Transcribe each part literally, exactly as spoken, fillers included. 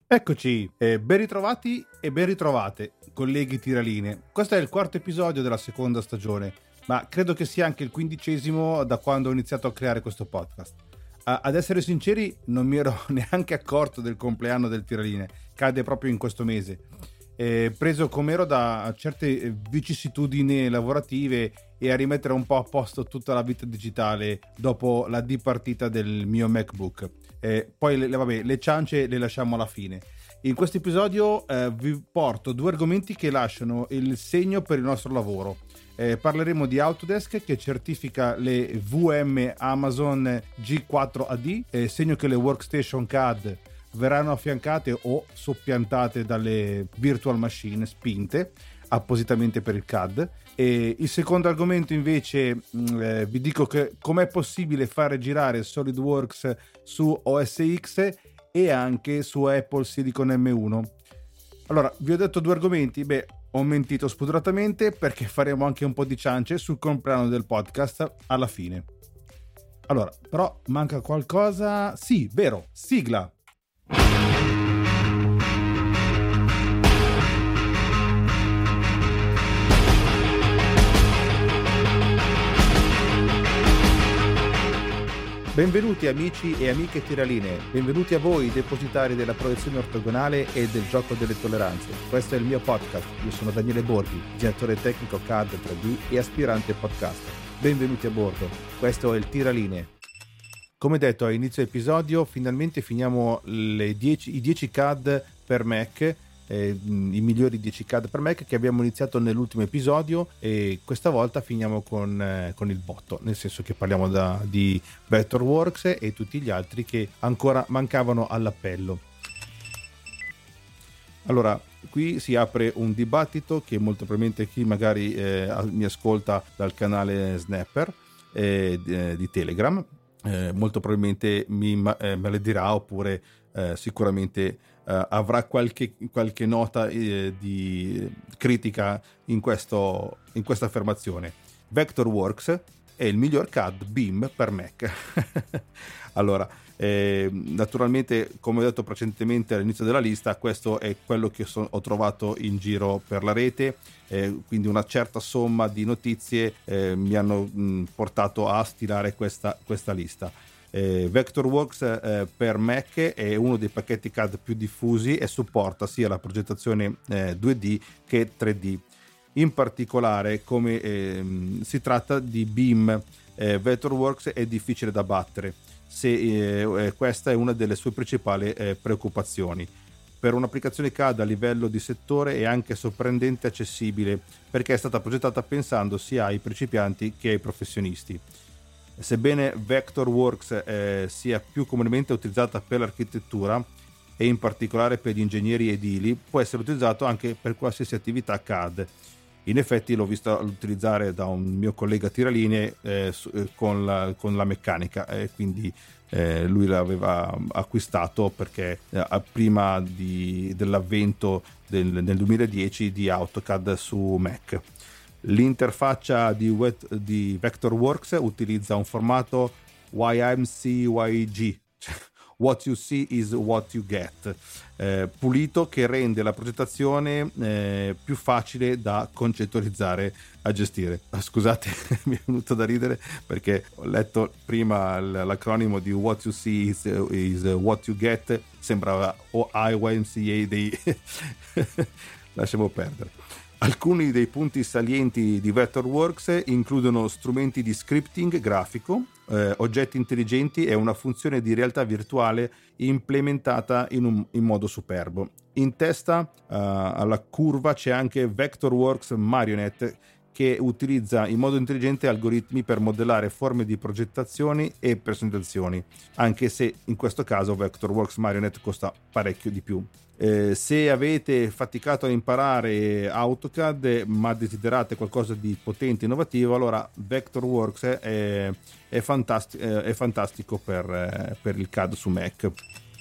Eccoci, eh, ben ritrovati e ben ritrovate, colleghi tiraline. Questo è il quarto episodio della seconda stagione, ma credo che sia anche il quindicesimo da quando ho iniziato a creare questo podcast. A- ad essere sinceri, non mi ero neanche accorto del compleanno del Tiraline, cade proprio in questo mese. Eh, preso come ero da certe vicissitudini lavorative e a rimettere un po' a posto tutta la vita digitale dopo la dipartita del mio MacBook. Eh, poi le, vabbè, le ciance le lasciamo alla fine. In questo episodio eh, vi porto due argomenti che lasciano il segno per il nostro lavoro. Eh, parleremo di Autodesk che certifica le V M Amazon G quattro A D, eh, segno che le workstation C A D verranno affiancate o soppiantate dalle virtual machine spinte appositamente per il C A D. E il secondo argomento invece mh, eh, vi dico che com'è possibile fare girare SolidWorks su O S X e anche su Apple Silicon M uno. Allora, vi ho detto due argomenti, beh, ho mentito spudoratamente perché faremo anche un po' di ciance sul compleanno del podcast alla fine. Allora, però manca qualcosa. Sì, vero, sigla. Benvenuti amici e amiche tiraline, benvenuti a voi depositari della proiezione ortogonale e del gioco delle tolleranze. Questo è il mio podcast, io sono Daniele Borghi, direttore tecnico C A D tre D e aspirante podcaster. Benvenuti a bordo, questo è il Tiraline. Come detto a inizio episodio, finalmente finiamo le dieci, i dieci C A D per Mac, eh, i migliori dieci C A D per Mac che abbiamo iniziato nell'ultimo episodio, e questa volta finiamo con, eh, con il botto, nel senso che parliamo da, di Vectorworks e tutti gli altri che ancora mancavano all'appello. Allora, qui si apre un dibattito che molto probabilmente chi magari eh, mi ascolta dal canale Snapper eh, di, di Telegram Eh, molto probabilmente mi eh, maledirà oppure eh, sicuramente eh, avrà qualche, qualche nota eh, di critica in, questo, in questa affermazione. Vectorworks è il miglior C A D B I M per Mac. Allora, eh, naturalmente, come ho detto precedentemente all'inizio della lista, questo è quello che so, ho trovato in giro per la rete, eh, quindi una certa somma di notizie eh, mi hanno mh, portato a stilare questa, questa lista. Eh, Vectorworks eh, per Mac è uno dei pacchetti C A D più diffusi e supporta sia la progettazione eh, due D che tre D. In particolare, come ehm, si tratta di B I M, eh, Vectorworks è difficile da battere, se eh, questa è una delle sue principali eh, preoccupazioni. Per un'applicazione C A D a livello di settore è anche sorprendente accessibile, perché è stata progettata pensando sia ai principianti che ai professionisti. Sebbene Vectorworks eh, sia più comunemente utilizzata per l'architettura e in particolare per gli ingegneri edili, può essere utilizzato anche per qualsiasi attività C A D. In effetti l'ho visto utilizzare da un mio collega tiraline eh, con, la, con la meccanica, e eh, quindi eh, lui l'aveva acquistato perché eh, prima di, dell'avvento del, nel duemiladieci di AutoCAD su Mac. L'interfaccia di, wet, di Vectorworks utilizza un formato Y M C Y G, What you see is what you get, eh, pulito, che rende la progettazione eh, più facile da concettualizzare, a gestire. Scusate, mi è venuto da ridere perché ho letto prima l'acronimo di What you see is, is what you get, sembrava o Y M C A dei lasciamo perdere. Alcuni dei punti salienti di Vectorworks includono strumenti di scripting grafico, eh, oggetti intelligenti e una funzione di realtà virtuale implementata in, un, in modo superbo. In testa uh, alla curva c'è anche Vectorworks Marionette, che utilizza in modo intelligente algoritmi per modellare forme di progettazioni e personalizzazioni, anche se in questo caso Vectorworks Marionette costa parecchio di più. Eh, se avete faticato a imparare AutoCAD ma desiderate qualcosa di potente e innovativo, allora Vectorworks è, è, fantasti- è fantastico per, per il C A D su Mac.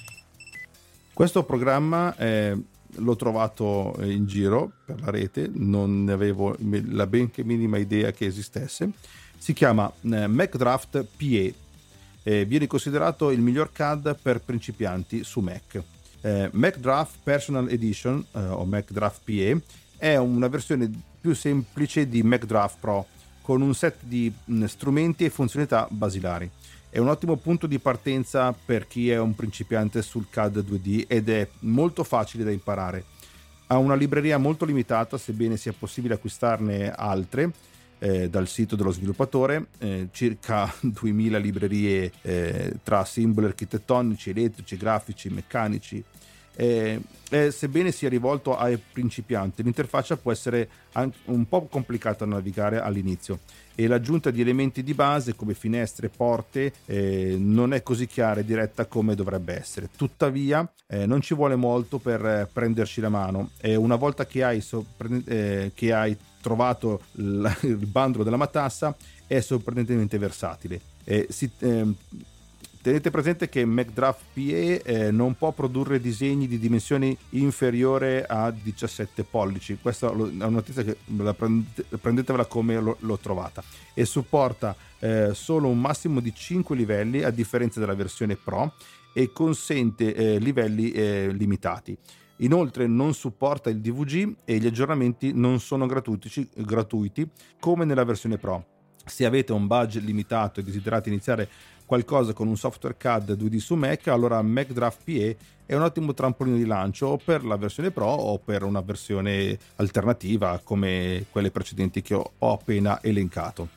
Questo programma è, l'ho trovato in giro per la rete, non ne avevo la benché minima idea che esistesse. Si chiama eh, MacDraft P E, eh, viene considerato il miglior C A D per principianti su Mac. Eh, MacDraft Personal Edition eh, o MacDraft P E è una versione più semplice di MacDraft Pro con un set di mh, strumenti e funzionalità basilari. È un ottimo punto di partenza per chi è un principiante sul C A D due D ed è molto facile da imparare. Ha una libreria molto limitata, sebbene sia possibile acquistarne altre eh, dal sito dello sviluppatore, eh, circa duemila librerie eh, tra simboli architettonici, elettrici, grafici, meccanici. Eh, eh, sebbene sia rivolto ai principianti, l'interfaccia può essere anche un po' complicata da navigare all'inizio e l'aggiunta di elementi di base come finestre e porte eh, non è così chiara e diretta come dovrebbe essere. Tuttavia eh, non ci vuole molto per eh, prenderci la mano e una volta che hai, sopra- eh, che hai trovato il, il bandolo della matassa è sorprendentemente versatile. Eh, si, eh, Tenete presente che MacDraft P E eh, non può produrre disegni di dimensioni inferiore a diciassette pollici. Questa è una notizia che la prendete, prendetevela come lo, l'ho trovata. E supporta eh, solo un massimo di cinque livelli a differenza della versione Pro e consente eh, livelli eh, limitati. Inoltre non supporta il D V G e gli aggiornamenti non sono gratuiti, gratuiti come nella versione Pro. Se avete un budget limitato e desiderate iniziare qualcosa con un software C A D due D su Mac, allora MacDraft P E è un ottimo trampolino di lancio o per la versione Pro o per una versione alternativa come quelle precedenti che ho, ho appena elencato.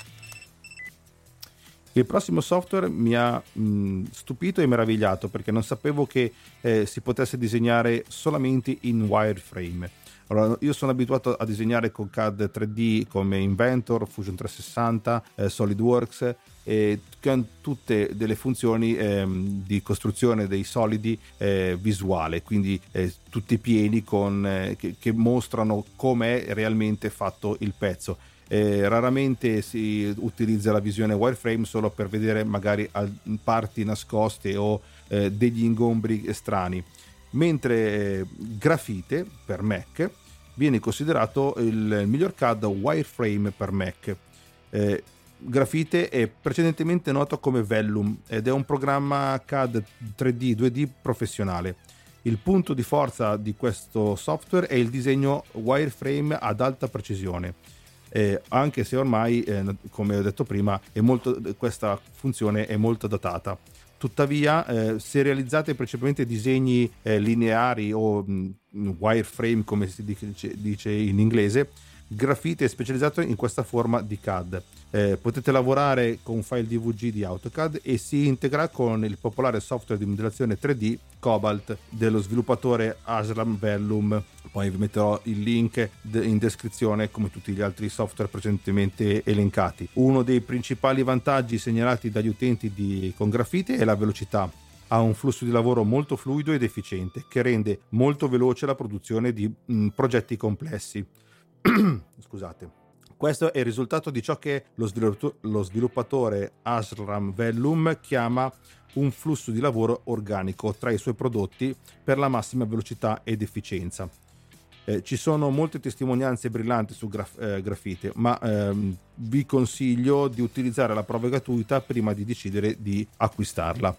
Il prossimo software mi ha mh, stupito e meravigliato perché non sapevo che eh, si potesse disegnare solamente in wireframe. Allora, io sono abituato a disegnare con C A D tre D come Inventor, Fusion trecentosessanta, eh, SolidWorks e con tutte delle funzioni ehm, di costruzione dei solidi eh, visuale, quindi eh, tutti pieni con, eh, che, che mostrano com'è realmente fatto il pezzo. Eh, raramente si utilizza la visione wireframe solo per vedere magari parti nascoste o eh, degli ingombri strani, mentre eh, Grafite per Mac viene considerato il miglior C A D wireframe per Mac. Eh, Grafite è precedentemente noto come Vellum ed è un programma C A D tre D due D professionale. Il punto di forza di questo software è il disegno wireframe ad alta precisione. Eh, anche se ormai, eh, come ho detto prima, è molto, questa funzione è molto datata. Tuttavia, eh, se realizzate principalmente disegni eh, lineari o mh, wireframe, come si dice, dice in inglese, Grafite è specializzato in questa forma di C A D. Eh, potete lavorare con file D V G di AutoCAD e si integra con il popolare software di modellazione tre D Cobalt dello sviluppatore Ashram Vellum. Poi vi metterò il link in descrizione come tutti gli altri software precedentemente elencati. Uno dei principali vantaggi segnalati dagli utenti di, con Grafite è la velocità. Ha un flusso di lavoro molto fluido ed efficiente che rende molto veloce la produzione di mh, progetti complessi. Scusate. Questo è il risultato di ciò che lo, svilupp- lo sviluppatore Ashram Vellum chiama un flusso di lavoro organico tra i suoi prodotti per la massima velocità ed efficienza. Eh, ci sono molte testimonianze brillanti su graf- eh, Grafite, ma ehm, vi consiglio di utilizzare la prova gratuita prima di decidere di acquistarla.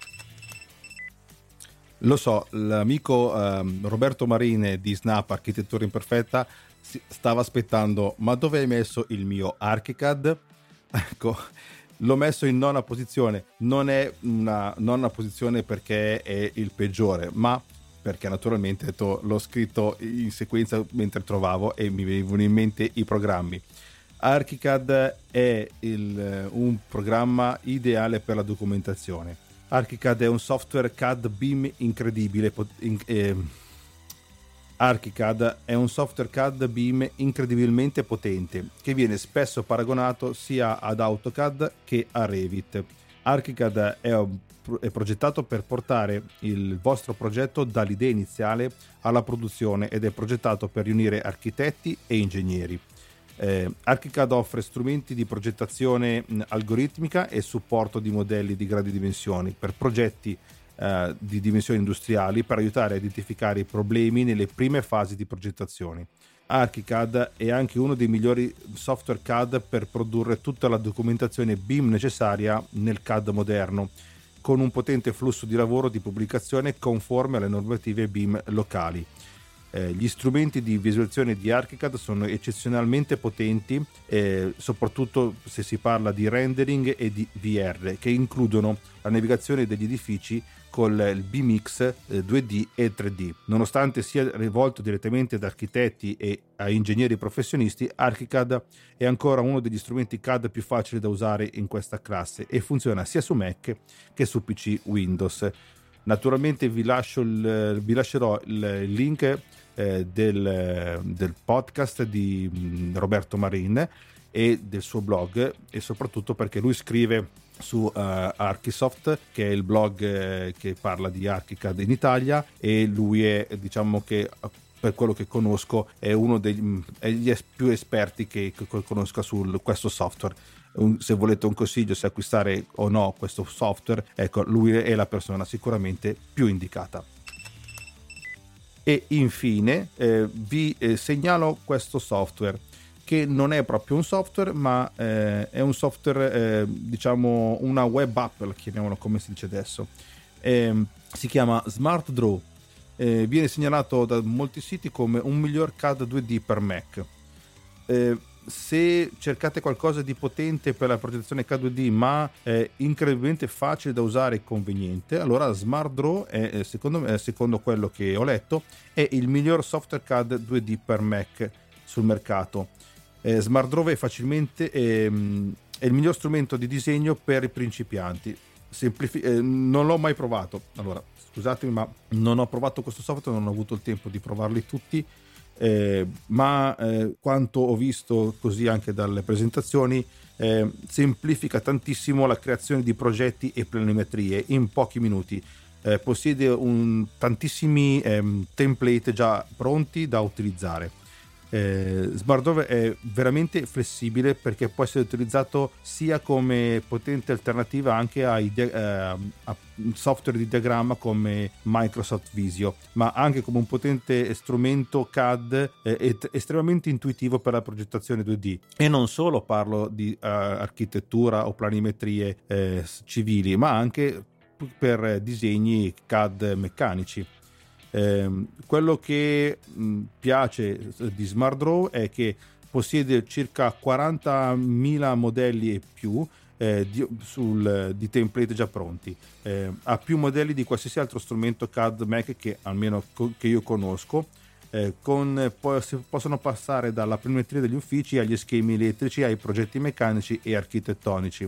Lo so, l'amico ehm, Roberto Marine di Snap Architettura Imperfetta stava aspettando, ma dove hai messo il mio ArchiCAD? Ecco, l'ho messo in nona posizione. Non è una nona posizione perché è il peggiore, ma perché naturalmente l'ho scritto in sequenza mentre trovavo e mi venivano in mente i programmi. ArchiCAD è il, un programma ideale per la documentazione. ArchiCAD è un software C A D B I M incredibile. In, eh, ArchiCAD è un software C A D B I M incredibilmente potente che viene spesso paragonato sia ad AutoCAD che a Revit. ArchiCAD è, è progettato per portare il vostro progetto dall'idea iniziale alla produzione ed è progettato per riunire architetti e ingegneri. Eh, ArchiCAD offre strumenti di progettazione mh, algoritmica e supporto di modelli di grandi dimensioni per progetti eh, di dimensioni industriali per aiutare a identificare i problemi nelle prime fasi di progettazione. ArchiCAD è anche uno dei migliori software C A D per produrre tutta la documentazione B I M necessaria nel C A D moderno. con un potente flusso di lavoro di pubblicazione conforme alle normative B I M locali. Eh, gli strumenti di visualizzazione di ArchiCAD sono eccezionalmente potenti, eh, soprattutto se si parla di rendering e di V R, che includono la navigazione degli edifici con il B M X eh, due D e tre D. Nonostante sia rivolto direttamente ad architetti e a ingegneri professionisti, ArchiCAD è ancora uno degli strumenti C A D più facili da usare in questa classe e funziona sia su Mac che su P C Windows. Naturalmente vi, lascio il, vi lascerò il link eh, del, del podcast di Roberto Marin e del suo blog, e soprattutto perché lui scrive su uh, Archisoft, che è il blog eh, che parla di ArchiCAD in Italia, e lui è, diciamo che per quello che conosco, è uno degli è gli es- più esperti che, che conosca su questo software. Un, se volete un consiglio se acquistare o no questo software, ecco, lui è la persona sicuramente più indicata. E infine eh, vi eh, segnalo questo software, che non è proprio un software, ma eh, è un software, eh, diciamo una web app, chiamiamolo come si dice adesso. Eh, si chiama Smart Draw. Eh, viene segnalato da molti siti come un miglior C A D due D per Mac. Eh, se cercate qualcosa di potente per la progettazione C A D due D, ma è incredibilmente facile da usare e conveniente, allora Smart Draw è, secondo me, secondo quello che ho letto, è il miglior software C A D due D per Mac sul mercato. Eh, Smart Draw è facilmente ehm, è il miglior strumento di disegno per i principianti. Semplifi- eh, non l'ho mai provato, allora scusatemi, ma non ho provato questo software, non ho avuto il tempo di provarli tutti, eh, ma eh, quanto ho visto così anche dalle presentazioni, eh, semplifica tantissimo la creazione di progetti e planimetrie in pochi minuti. Eh, possiede un, tantissimi ehm, template già pronti da utilizzare. Eh, Smart Draw è veramente flessibile perché può essere utilizzato sia come potente alternativa anche ai dia- eh, a software di diagramma come Microsoft Visio, ma anche come un potente strumento C A D eh, estremamente intuitivo per la progettazione due D. E non solo parlo di uh, architettura o planimetrie eh, civili, ma anche per disegni C A D meccanici. Eh, quello che mh, piace di Smart Draw è che possiede circa quarantamila modelli e più eh, di, sul, di template già pronti. Eh, ha più modelli di qualsiasi altro strumento C A D Mac che almeno co- che io conosco. Eh, con, po- si possono passare dalla planimetria degli uffici agli schemi elettrici, ai progetti meccanici e architettonici.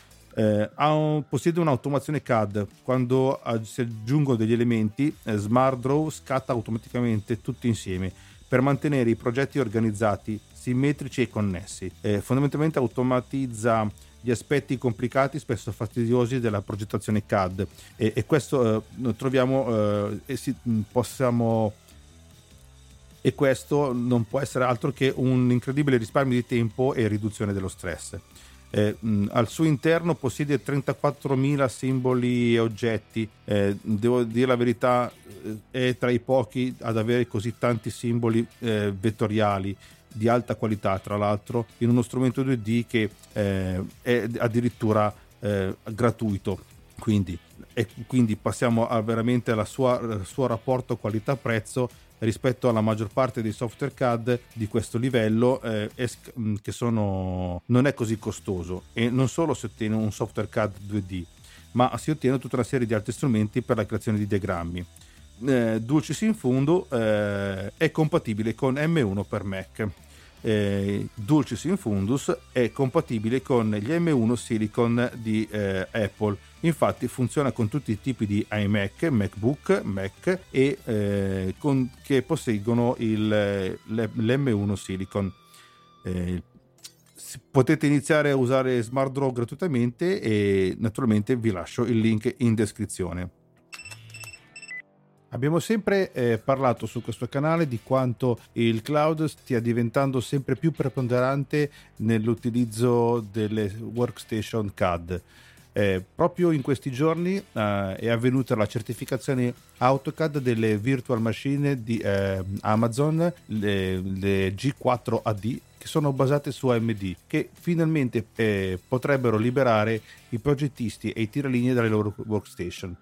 Eh, ha un, possiede un'automazione C A D. Quando si aggiungono degli elementi, eh, Smart Draw scatta automaticamente tutti insieme per mantenere i progetti organizzati, simmetrici e connessi. Eh, fondamentalmente automatizza gli aspetti complicati, spesso fastidiosi, della progettazione C A D, e, e questo eh, troviamo eh, e si, possiamo e questo non può essere altro che un incredibile risparmio di tempo e riduzione dello stress. Eh, mh, al suo interno possiede trentaquattromila simboli e oggetti. Eh, devo dire la verità, eh, è tra i pochi ad avere così tanti simboli eh, vettoriali di alta qualità, tra l'altro in uno strumento due D che eh, è addirittura eh, gratuito. Quindi, e quindi passiamo a veramente al suo, suo rapporto qualità-prezzo rispetto alla maggior parte dei software C A D di questo livello, eh, es- che sono non è così costoso, e non solo si ottiene un software C A D due D, ma si ottiene tutta una serie di altri strumenti per la creazione di diagrammi. Eh, Dulcis in Fundo eh, è compatibile con M uno per Mac. Eh, Dulcis in Fundus è compatibile con gli M uno Silicon di eh, Apple. Infatti funziona con tutti i tipi di iMac, MacBook, Mac e eh, con, che posseggono il, l'M uno Silicon. Eh, potete iniziare a usare Smart Draw gratuitamente e naturalmente vi lascio il link in descrizione. Abbiamo sempre eh, parlato su questo canale di quanto il cloud stia diventando sempre più preponderante nell'utilizzo delle workstation C A D. Eh, proprio in questi giorni eh, è avvenuta la certificazione AutoCAD delle virtual machine di eh, Amazon, le, le G quattro A D, che sono basate su A M D, che finalmente eh, potrebbero liberare i progettisti e i tiralinee dalle loro workstation.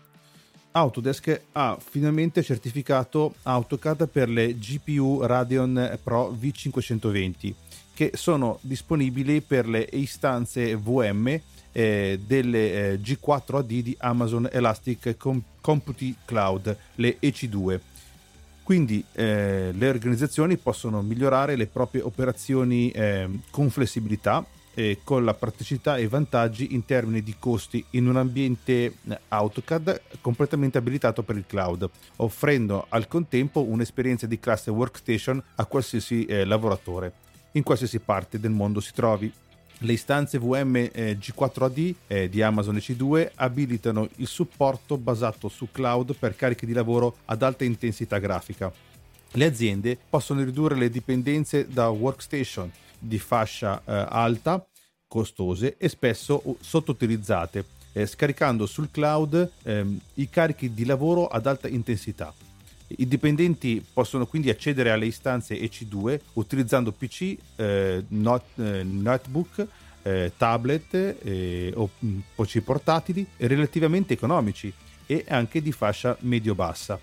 Autodesk ha finalmente certificato AutoCAD per le G P U Radeon Pro V cinquecentoventi, che sono disponibili per le istanze V M eh, delle eh, G quattro A D di Amazon Elastic Computing Cloud, le E C due. Quindi eh, le organizzazioni possono migliorare le proprie operazioni eh, con flessibilità e con la praticità e vantaggi in termini di costi in un ambiente AutoCAD completamente abilitato per il cloud, offrendo al contempo un'esperienza di classe workstation a qualsiasi eh, lavoratore, in qualsiasi parte del mondo si trovi. Le istanze V M eh, G quattro A D eh, di Amazon E C due abilitano il supporto basato su cloud per cariche di lavoro ad alta intensità grafica. Le aziende possono ridurre le dipendenze da workstation di fascia eh, alta, costose e spesso sottoutilizzate, eh, scaricando sul cloud ehm, i carichi di lavoro ad alta intensità. I dipendenti possono quindi accedere alle istanze E C due utilizzando P C, eh, not, eh, notebook, eh, tablet eh, o P C portatili relativamente economici e anche di fascia medio-bassa.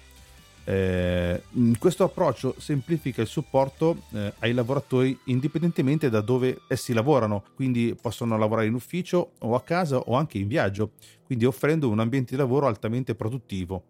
Eh, questo approccio semplifica il supporto eh, ai lavoratori indipendentemente da dove essi lavorano, quindi possono lavorare in ufficio o a casa o anche in viaggio, quindi offrendo un ambiente di lavoro altamente produttivo.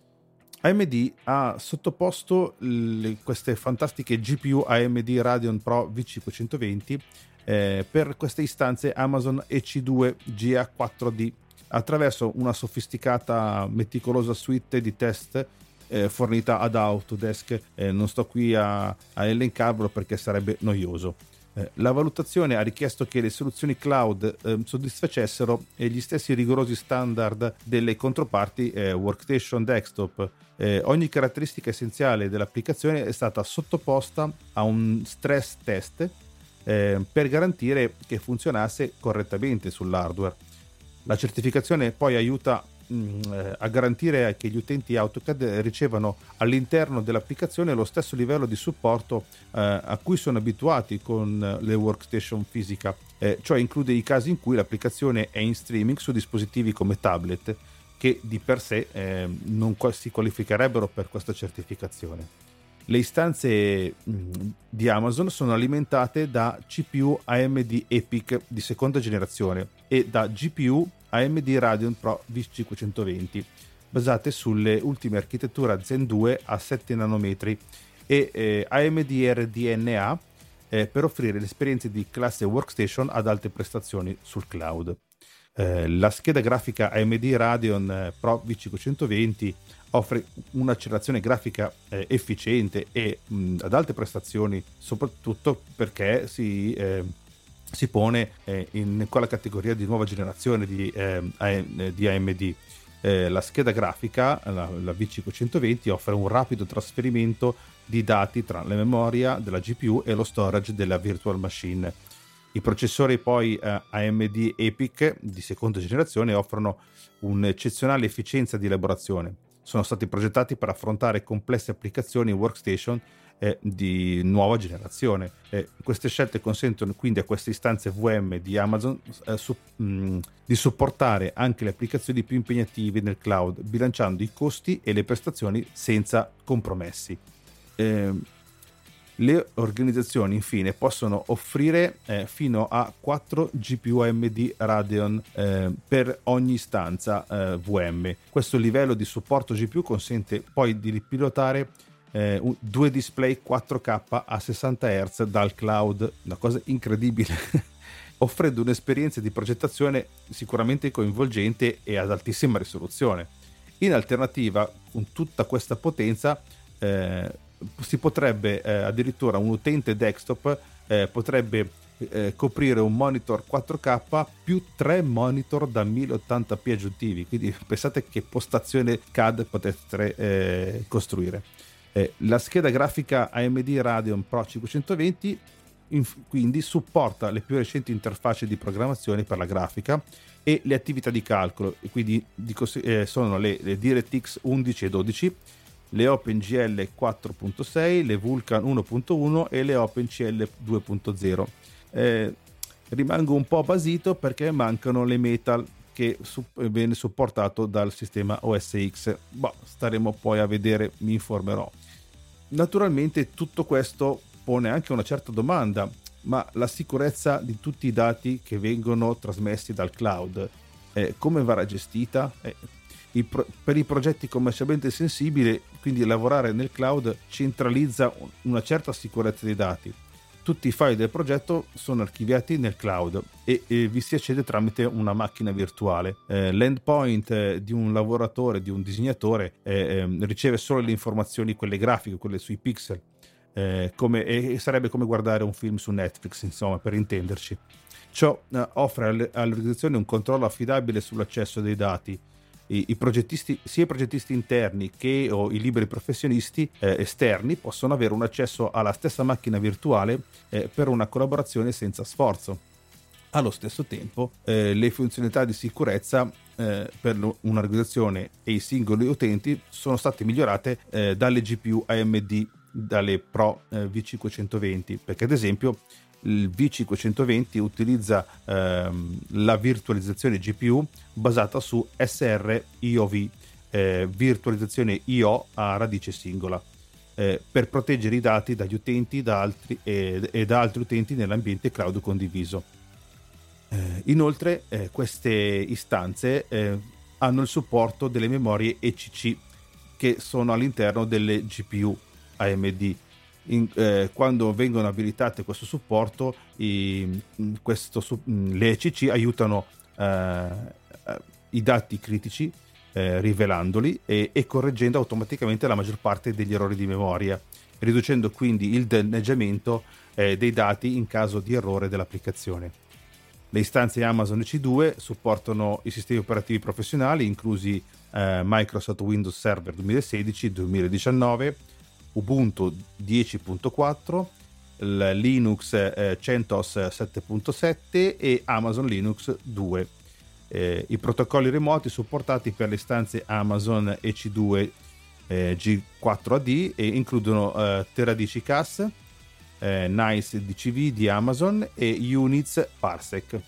A M D ha sottoposto le, queste fantastiche G P U A M D Radeon Pro V cinquecentoventi eh, per queste istanze Amazon E C due G A quattro D attraverso una sofisticata meticolosa suite di test eh, fornita ad Autodesk. Eh, non sto qui a, a elencarvelo perché sarebbe noioso. Eh, la valutazione ha richiesto che le soluzioni cloud eh, soddisfacessero eh, gli stessi rigorosi standard delle controparti eh, workstation desktop. Eh, ogni caratteristica essenziale dell'applicazione è stata sottoposta a un stress test eh, per garantire che funzionasse correttamente sull'hardware. La certificazione poi aiuta mh, a garantire che gli utenti AutoCAD ricevano all'interno dell'applicazione lo stesso livello di supporto eh, a cui sono abituati con le workstation fisica, eh, cioè include i casi in cui l'applicazione è in streaming su dispositivi come tablet, che di per sé eh, non si qualificherebbero per questa certificazione. Le istanze mh, di Amazon sono alimentate da C P U A M D EPYC di seconda generazione e da G P U A M D Radeon Pro V cinquecentoventi, basate sulle ultime architetture Zen due a sette nanometri e eh, A M D R D N A eh, per offrire le esperienze di classe workstation ad alte prestazioni sul cloud. Eh, la scheda grafica A M D Radeon Pro V cinquecentoventi offre un'accelerazione grafica eh, efficiente e mh, ad alte prestazioni, soprattutto perché si, eh, si pone eh, in quella categoria di nuova generazione di, eh, di A M D. Eh, la scheda grafica, la, la V cinquecentoventi, offre un rapido trasferimento di dati tra la memoria della G P U e lo storage della virtual machine. I processori poi eh, A M D EPYC di seconda generazione offrono un'eccezionale efficienza di elaborazione. Sono stati progettati per affrontare complesse applicazioni workstation eh, di nuova generazione. Eh, queste scelte consentono quindi a queste istanze V M di Amazon eh, su, mh, di supportare anche le applicazioni più impegnative nel cloud, bilanciando i costi e le prestazioni senza compromessi. Eh, Le organizzazioni infine possono offrire eh, fino a quattro G P U A M D Radeon eh, per ogni istanza eh, V M. Questo livello di supporto G P U consente poi di pilotare eh, un, due display quattro K a sessanta hertz dal cloud, una cosa incredibile, offrendo un'esperienza di progettazione sicuramente coinvolgente e ad altissima risoluzione. In alternativa, con tutta questa potenza, eh, si potrebbe eh, addirittura un utente desktop eh, potrebbe eh, coprire un monitor quattro K più tre monitor da mille ottanta p aggiuntivi, quindi pensate che postazione C A D potete eh, costruire. Eh, la scheda grafica A M D Radeon Pro cinquecentoventi inf- quindi supporta le più recenti interfacce di programmazione per la grafica e le attività di calcolo, e quindi di cos- eh, sono le, le DirectX undici e dodici, le OpenGL quattro punto sei, le Vulkan uno punto uno e le OpenCL due punto zero. Eh, rimango un po' basito perché mancano le Metal, che su- viene supportato dal sistema O S X. Boh, staremo poi a vedere, mi informerò. Naturalmente tutto questo pone anche una certa domanda: ma la sicurezza di tutti i dati che vengono trasmessi dal cloud, eh, come verrà gestita? Eh, i pro- per i progetti commercialmente sensibili, quindi lavorare nel cloud centralizza una certa sicurezza dei dati. Tutti i file del progetto sono archiviati nel cloud e, e vi si accede tramite una macchina virtuale. Eh, l'endpoint eh, di un lavoratore, di un disegnatore, eh, eh, riceve solo le informazioni, quelle grafiche, quelle sui pixel, eh, come, e sarebbe come guardare un film su Netflix, insomma, per intenderci. Ciò eh, offre alle, alle organizzazioni un controllo affidabile sull'accesso dei dati. I, i progettisti, sia i progettisti interni che o i liberi professionisti eh, esterni possono avere un accesso alla stessa macchina virtuale eh, per una collaborazione senza sforzo. Allo stesso tempo, eh, le funzionalità di sicurezza eh, per un'organizzazione e i singoli utenti sono state migliorate eh, dalle G P U A M D, dalle Pro eh, V cinquecentoventi, perché ad esempio il V cinquecentoventi utilizza ehm, la virtualizzazione G P U basata su S R I O V, eh, virtualizzazione I O a radice singola, eh, per proteggere i dati dagli utenti da altri, e, e da altri utenti nell'ambiente cloud condiviso. Eh, inoltre eh, queste istanze eh, hanno il supporto delle memorie E C C che sono all'interno delle G P U A M D. In, eh, quando vengono abilitate questo supporto, i, questo, le E C C aiutano eh, i dati critici eh, rivelandoli e, e correggendo automaticamente la maggior parte degli errori di memoria, riducendo quindi il danneggiamento eh, dei dati in caso di errore dell'applicazione. Le istanze Amazon E C due supportano i sistemi operativi professionali, inclusi eh, Microsoft Windows Server duemilasedici duemiladiciannove, Ubuntu dieci punto quattro, Linux eh, CentOS sette punto sette e Amazon Linux due. Eh, I protocolli remoti supportati per le istanze Amazon E C due eh, G quattro A D e includono eh, Teradicii C A S, eh, Nice D C V di Amazon e Units Parsec.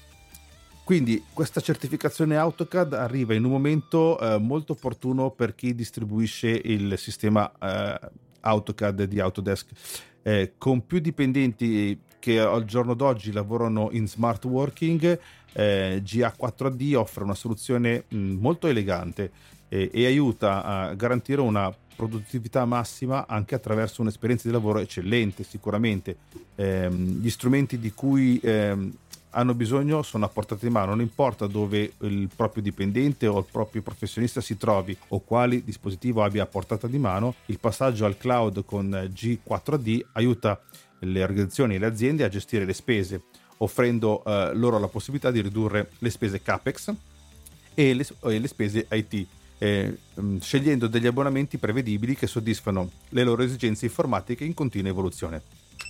Quindi questa certificazione AutoCAD arriva in un momento eh, molto opportuno per chi distribuisce il sistema eh, AutoCAD di Autodesk. Eh, con più dipendenti che al giorno d'oggi lavorano in smart working, eh, G A quattro A D offre una soluzione mh, molto elegante eh, e aiuta a garantire una produttività massima anche attraverso un'esperienza di lavoro eccellente. Sicuramente eh, gli strumenti di cui eh, hanno bisogno sono a portata di mano, non importa dove il proprio dipendente o il proprio professionista si trovi o quali dispositivo abbia a portata di mano. Il passaggio al cloud con G quattro A D aiuta le organizzazioni e le aziende a gestire le spese, offrendo eh, loro la possibilità di ridurre le spese CAPEX e le, e le spese I T, eh, scegliendo degli abbonamenti prevedibili che soddisfano le loro esigenze informatiche in continua evoluzione.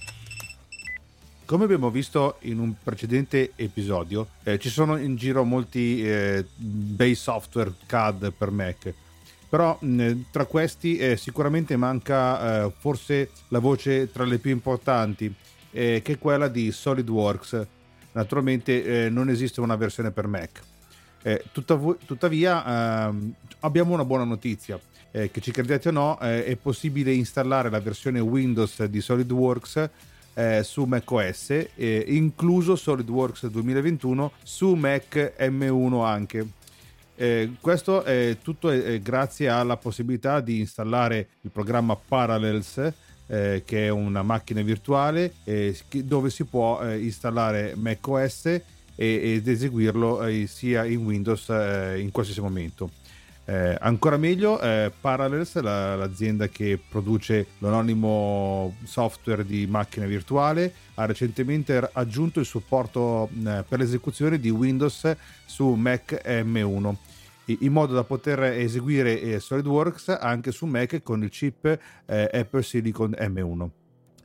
Come abbiamo visto in un precedente episodio, eh, ci sono in giro molti eh, bei software C A D per Mac, però mh, tra questi eh, sicuramente manca eh, forse la voce tra le più importanti, eh, che è quella di SolidWorks. Naturalmente eh, non esiste una versione per Mac. Eh, tuttav- tuttavia ehm, abbiamo una buona notizia, eh, che ci credete o no, eh, è possibile installare la versione Windows di SolidWorks Eh, su macOS, eh, incluso SolidWorks duemilaventuno su Mac M uno anche. Eh, questo è tutto è, è grazie alla possibilità di installare il programma Parallels, eh, che è una macchina virtuale eh, dove si può eh, installare macOS e, ed eseguirlo eh, sia in Windows eh, in qualsiasi momento. Eh, ancora meglio, eh, Parallels, la, l'azienda che produce l'anonimo software di macchina virtuale, ha recentemente aggiunto il supporto eh, per l'esecuzione di Windows su Mac M uno, in modo da poter eseguire eh, SolidWorks anche su Mac con il chip eh, Apple Silicon M uno.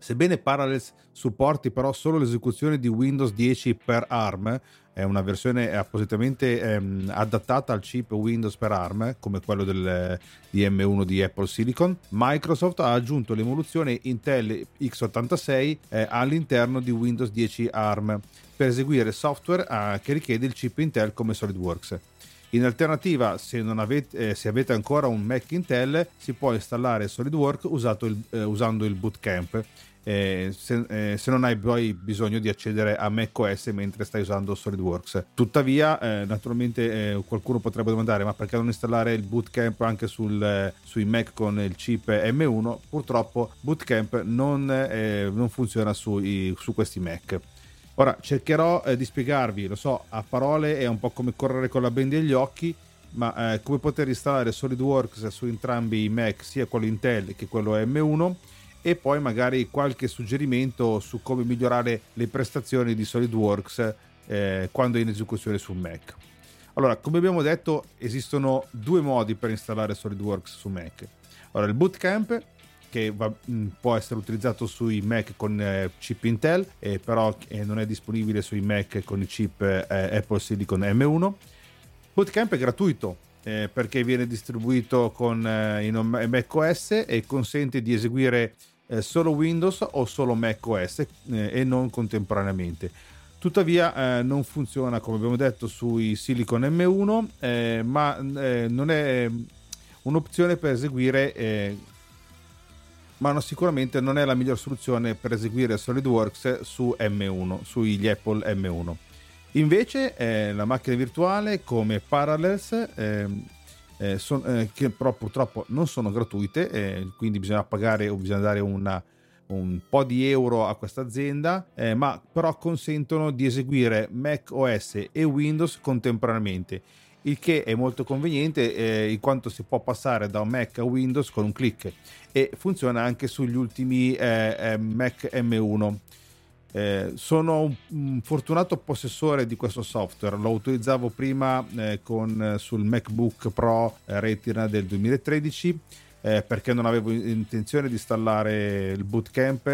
Sebbene Parallels supporti però solo l'esecuzione di Windows dieci per ARM, è una versione appositamente ehm, adattata al chip Windows per ARM, come quello del D M uno di Apple Silicon, Microsoft ha aggiunto l'emulazione Intel x ottantasei eh, all'interno di Windows dieci ARM per eseguire software eh, che richiede il chip Intel come SolidWorks. In alternativa, se, non avete, eh, se avete ancora un Mac Intel, si può installare SolidWorks usato il, eh, usando il Bootcamp, eh, se, eh, se non hai poi bisogno di accedere a macOS mentre stai usando SolidWorks. Tuttavia, eh, naturalmente eh, qualcuno potrebbe domandare: ma perché non installare il Bootcamp anche sul, eh, sui Mac con il chip M uno? Purtroppo Bootcamp non, eh, non funziona sui, su questi Mac. Ora cercherò eh, di spiegarvi, lo so, a parole è un po' come correre con la benda agli occhi, ma eh, come poter installare SolidWorks su entrambi i Mac, sia quello Intel che quello M uno, e poi magari qualche suggerimento su come migliorare le prestazioni di SolidWorks eh, quando è in esecuzione su Mac. Allora, come abbiamo detto, esistono due modi per installare SolidWorks su Mac. Allora, il Bootcamp, che va, mh, può essere utilizzato sui Mac con eh, chip Intel, eh, però eh, non è disponibile sui Mac con i chip eh, Apple Silicon M uno. Bootcamp è gratuito eh, perché viene distribuito con eh, in macOS e consente di eseguire eh, solo Windows o solo macOS eh, e non contemporaneamente. Tuttavia eh, non funziona, come abbiamo detto, sui Silicon M uno, eh, ma eh, non è un'opzione per eseguire eh, ma no, sicuramente non è la miglior soluzione per eseguire SolidWorks su M uno, sugli Apple M uno. Invece eh, la macchina virtuale come Parallels, eh, eh, son, eh, che però purtroppo non sono gratuite, eh, quindi bisogna pagare o bisogna dare una, un po' di euro a questa azienda, eh, ma però consentono di eseguire Mac O S e Windows contemporaneamente, il che è molto conveniente eh, in quanto si può passare da un Mac a Windows con un click, e funziona anche sugli ultimi eh, eh, Mac M uno. Eh, sono un, un fortunato possessore di questo software, lo utilizzavo prima eh, con, sul MacBook Pro eh, Retina del duemilatredici eh, perché non avevo intenzione di installare il Bootcamp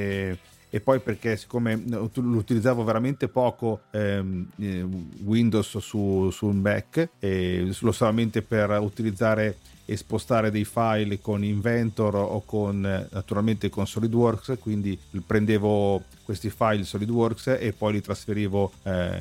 e e poi perché siccome lo utilizzavo veramente poco ehm, Windows su, su un Mac, e solo solamente per utilizzare e spostare dei file con Inventor o con naturalmente con SolidWorks, quindi prendevo questi file SolidWorks e poi li trasferivo eh,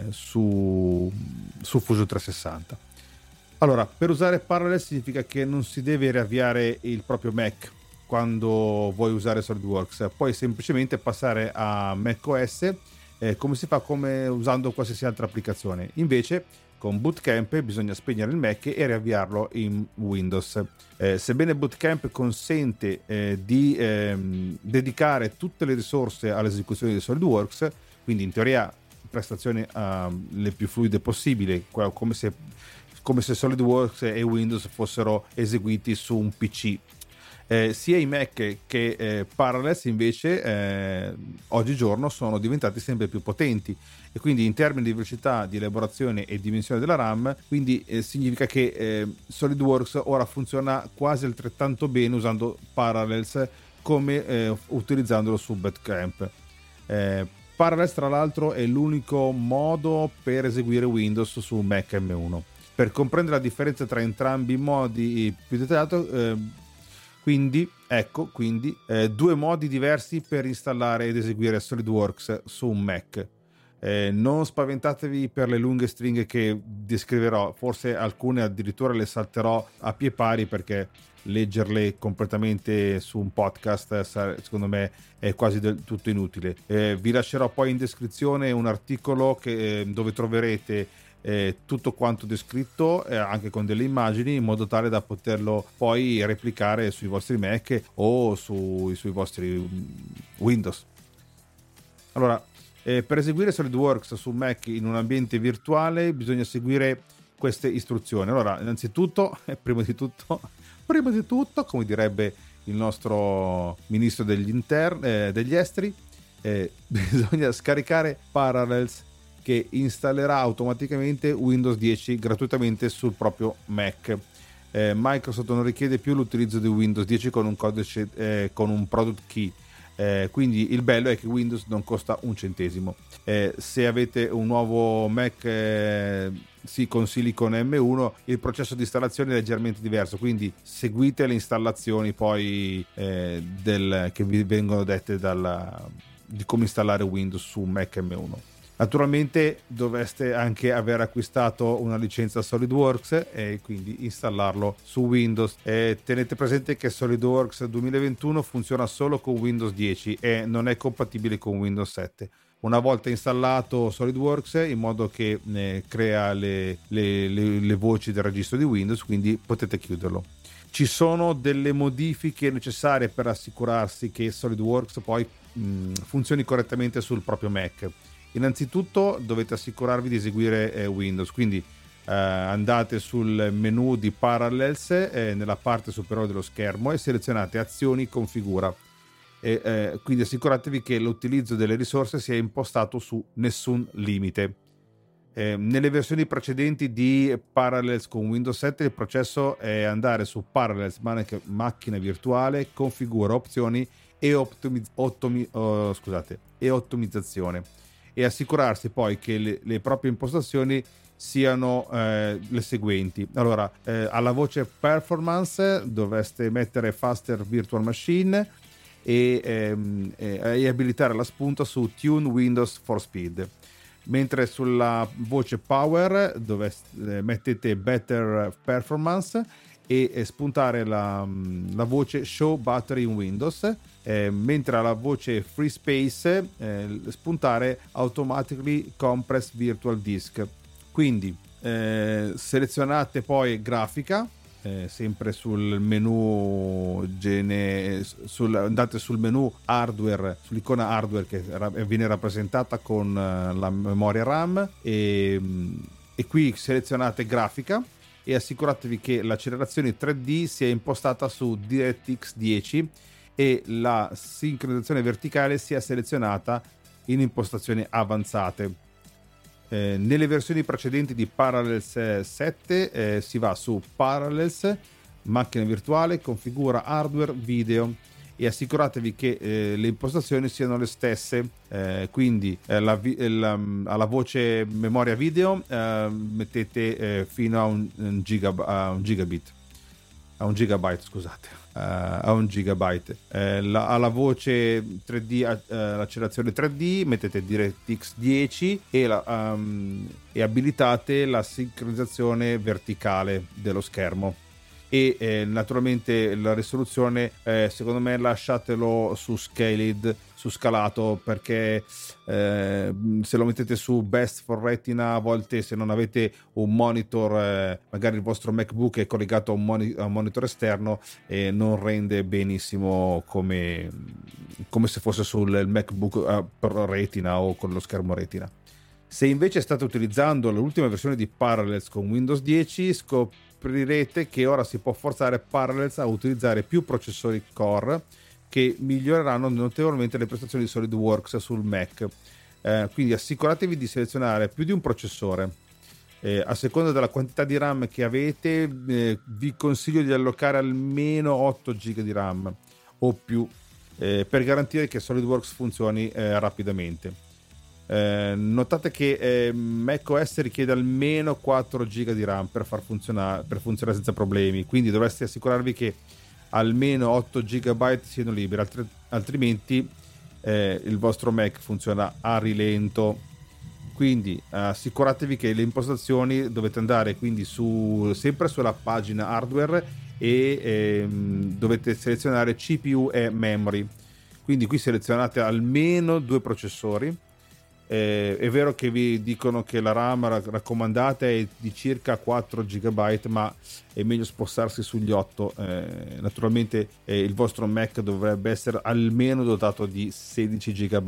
su, su Fusion trecentosessanta. Allora, per usare Parallels significa che non si deve riavviare il proprio Mac quando vuoi usare SolidWorks, puoi semplicemente passare a macOS eh, come si fa come usando qualsiasi altra applicazione. Invece con Bootcamp bisogna spegnere il Mac e riavviarlo in Windows. Eh, sebbene Bootcamp consente eh, di ehm, dedicare tutte le risorse all'esecuzione di SolidWorks, quindi in teoria prestazioni uh, le più fluide possibili, come se, come se SolidWorks e Windows fossero eseguiti su un P C. Eh, sia i Mac che eh, Parallels invece eh, oggigiorno sono diventati sempre più potenti, e quindi in termini di velocità di elaborazione e dimensione della RAM, quindi eh, significa che eh, SolidWorks ora funziona quasi altrettanto bene usando Parallels come eh, utilizzandolo su Bootcamp. eh, Parallels tra l'altro è l'unico modo per eseguire Windows su Mac M uno. Per comprendere la differenza tra entrambi i modi più dettagliato, eh, Quindi, ecco, quindi eh, due modi diversi per installare ed eseguire SolidWorks su un Mac. Eh, non spaventatevi per le lunghe stringhe che descriverò, forse alcune addirittura le salterò a pie pari perché leggerle completamente su un podcast secondo me è quasi del tutto inutile. Eh, vi lascerò poi in descrizione un articolo che, eh, dove troverete Eh, tutto quanto descritto eh, anche con delle immagini in modo tale da poterlo poi replicare sui vostri Mac o su, sui vostri Windows. Allora, eh, per eseguire SolidWorks su Mac in un ambiente virtuale bisogna seguire queste istruzioni. Allora, innanzitutto, eh, prima di tutto, prima di tutto, come direbbe il nostro ministro degli, inter- eh, degli esteri, eh, bisogna scaricare Parallels, che installerà automaticamente Windows dieci gratuitamente sul proprio Mac. Eh, Microsoft non richiede più l'utilizzo di Windows dieci con un codice eh, con un product key. Eh, quindi il bello è che Windows non costa un centesimo. Eh, se avete un nuovo Mac eh, sì, con Silicon M uno, il processo di installazione è leggermente diverso, quindi seguite le installazioni poi eh, del, che vi vengono dette dalla, di come installare Windows su Mac M uno. Naturalmente dovreste anche aver acquistato una licenza SolidWorks e quindi installarlo su Windows. E tenete presente che SolidWorks duemilaventuno funziona solo con Windows dieci e non è compatibile con Windows sette. Una volta installato SolidWorks, in modo che eh, crea le, le, le, le voci del registro di Windows, quindi potete chiuderlo. Ci sono delle modifiche necessarie per assicurarsi che SolidWorks poi mh, funzioni correttamente sul proprio Mac. Innanzitutto dovete assicurarvi di eseguire eh, Windows, quindi eh, andate sul menu di Parallels eh, nella parte superiore dello schermo e selezionate Azioni Configura. E, eh, quindi assicuratevi che l'utilizzo delle risorse sia impostato su nessun limite. Eh, nelle versioni precedenti di Parallels con Windows sette il processo è andare su Parallels macchina virtuale, configura opzioni e, ottomi- ottomi- oh, scusate, e ottimizzazione, e assicurarsi poi che le, le proprie impostazioni siano eh, le seguenti. Allora, eh, alla voce Performance dovreste mettere Faster Virtual Machine e, ehm, e abilitare la spunta su Tune Windows for Speed, mentre sulla voce Power dove eh, mettete Better Performance e, e spuntare la, la voce Show Battery in Windows, eh, mentre alla voce Free Space eh, spuntare Automatically Compress Virtual Disk. Quindi eh, selezionate poi grafica, Eh, sempre sul menu gene, sul, andate sul menu hardware, sull'icona hardware che ra- viene rappresentata con uh, la memoria RAM e, e qui selezionate grafica e assicuratevi che l'accelerazione tre D sia impostata su DirectX dieci e la sincronizzazione verticale sia selezionata in impostazioni avanzate. Eh, nelle versioni precedenti di Parallels sette eh, si va su Parallels, macchina virtuale, configura hardware, video e assicuratevi che eh, le impostazioni siano le stesse, eh, quindi eh, la, la, alla voce memoria video eh, mettete eh, fino a un, un, gigab- a un gigabit a un gigabyte scusate uh, a un gigabyte eh, la, alla voce tre D uh, l'accelerazione tre D mettete DirectX dieci e, la, um, e abilitate la sincronizzazione verticale dello schermo e eh, naturalmente la risoluzione eh, secondo me lasciatelo su scaled, su scalato, perché eh, se lo mettete su best for retina a volte, se non avete un monitor eh, magari il vostro MacBook è collegato a un, moni- a un monitor esterno e non rende benissimo come, come se fosse sul MacBook eh, per retina o con lo schermo retina. Se invece state utilizzando l'ultima versione di Parallels con Windows dieci, scoprirete che ora si può forzare Parallels a utilizzare più processori Core che miglioreranno notevolmente le prestazioni di SolidWorks sul Mac. Eh, quindi assicuratevi di selezionare più di un processore. Eh, a seconda della quantità di RAM che avete, eh, vi consiglio di allocare almeno otto giga di RAM o più eh, per garantire che SolidWorks funzioni eh, rapidamente. Eh, notate che eh, macOS richiede almeno quattro giga di RAM per far funzionare, per funzionare senza problemi, quindi dovreste assicurarvi che almeno otto giga siano liberi, altri, altrimenti eh, il vostro Mac funziona a rilento. Quindi assicuratevi che le impostazioni dovete andare quindi su, sempre sulla pagina hardware e ehm, dovete selezionare C P U e memory, quindi qui selezionate almeno due processori. Eh, è vero che vi dicono che la RAM raccomandata è di circa quattro giga, ma è meglio spostarsi sugli otto. Eh, naturalmente eh, il vostro Mac dovrebbe essere almeno dotato di sedici giga,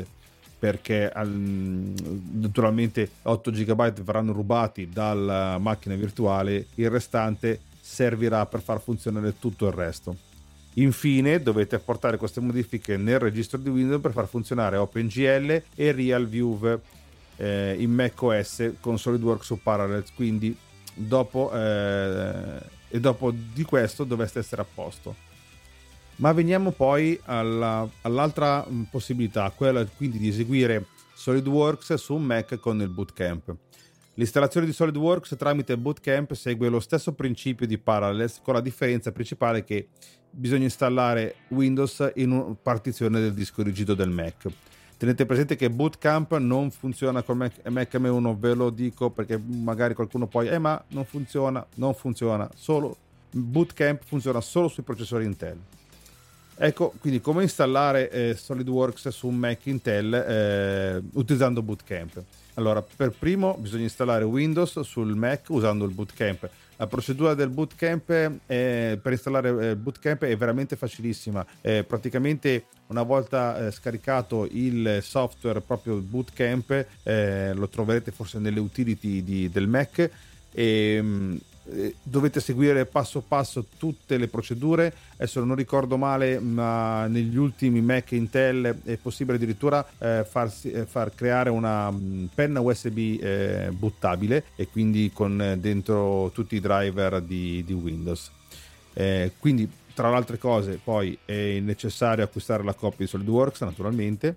perché al, naturalmente otto giga verranno rubati dalla macchina virtuale, il restante servirà per far funzionare tutto il resto. Infine dovete apportare queste modifiche nel registro di Windows per far funzionare OpenGL e RealView eh, in macOS con SolidWorks su Parallels, quindi dopo, eh, e dopo di questo dovreste essere a posto. Ma veniamo poi alla, all'altra possibilità, quella quindi di eseguire SolidWorks su un Mac con il Bootcamp. L'installazione di SolidWorks tramite Bootcamp segue lo stesso principio di Parallels, con la differenza principale che bisogna installare Windows in una partizione del disco rigido del Mac. Tenete presente che Bootcamp non funziona con Mac, Mac M uno, ve lo dico perché magari qualcuno poi eh ma non funziona, non funziona, solo Bootcamp funziona solo sui processori Intel. Ecco, quindi come installare eh, SolidWorks su un Mac Intel eh, utilizzando Bootcamp. Allora, per primo bisogna installare Windows sul Mac usando il Bootcamp. La procedura del Bootcamp è, per installare il eh, Bootcamp è veramente facilissima. Eh, praticamente una volta eh, scaricato il software proprio Bootcamp, eh, lo troverete forse nelle utility di, del Mac, e mh, dovete seguire passo passo tutte le procedure. Adesso non ricordo male, ma negli ultimi Mac Intel è possibile addirittura eh, farsi, eh, far creare una mh, penna U S B eh, buttabile, e quindi con eh, dentro tutti i driver di, di Windows. Eh, quindi tra le altre cose poi è necessario acquistare la copia di SolidWorks, naturalmente,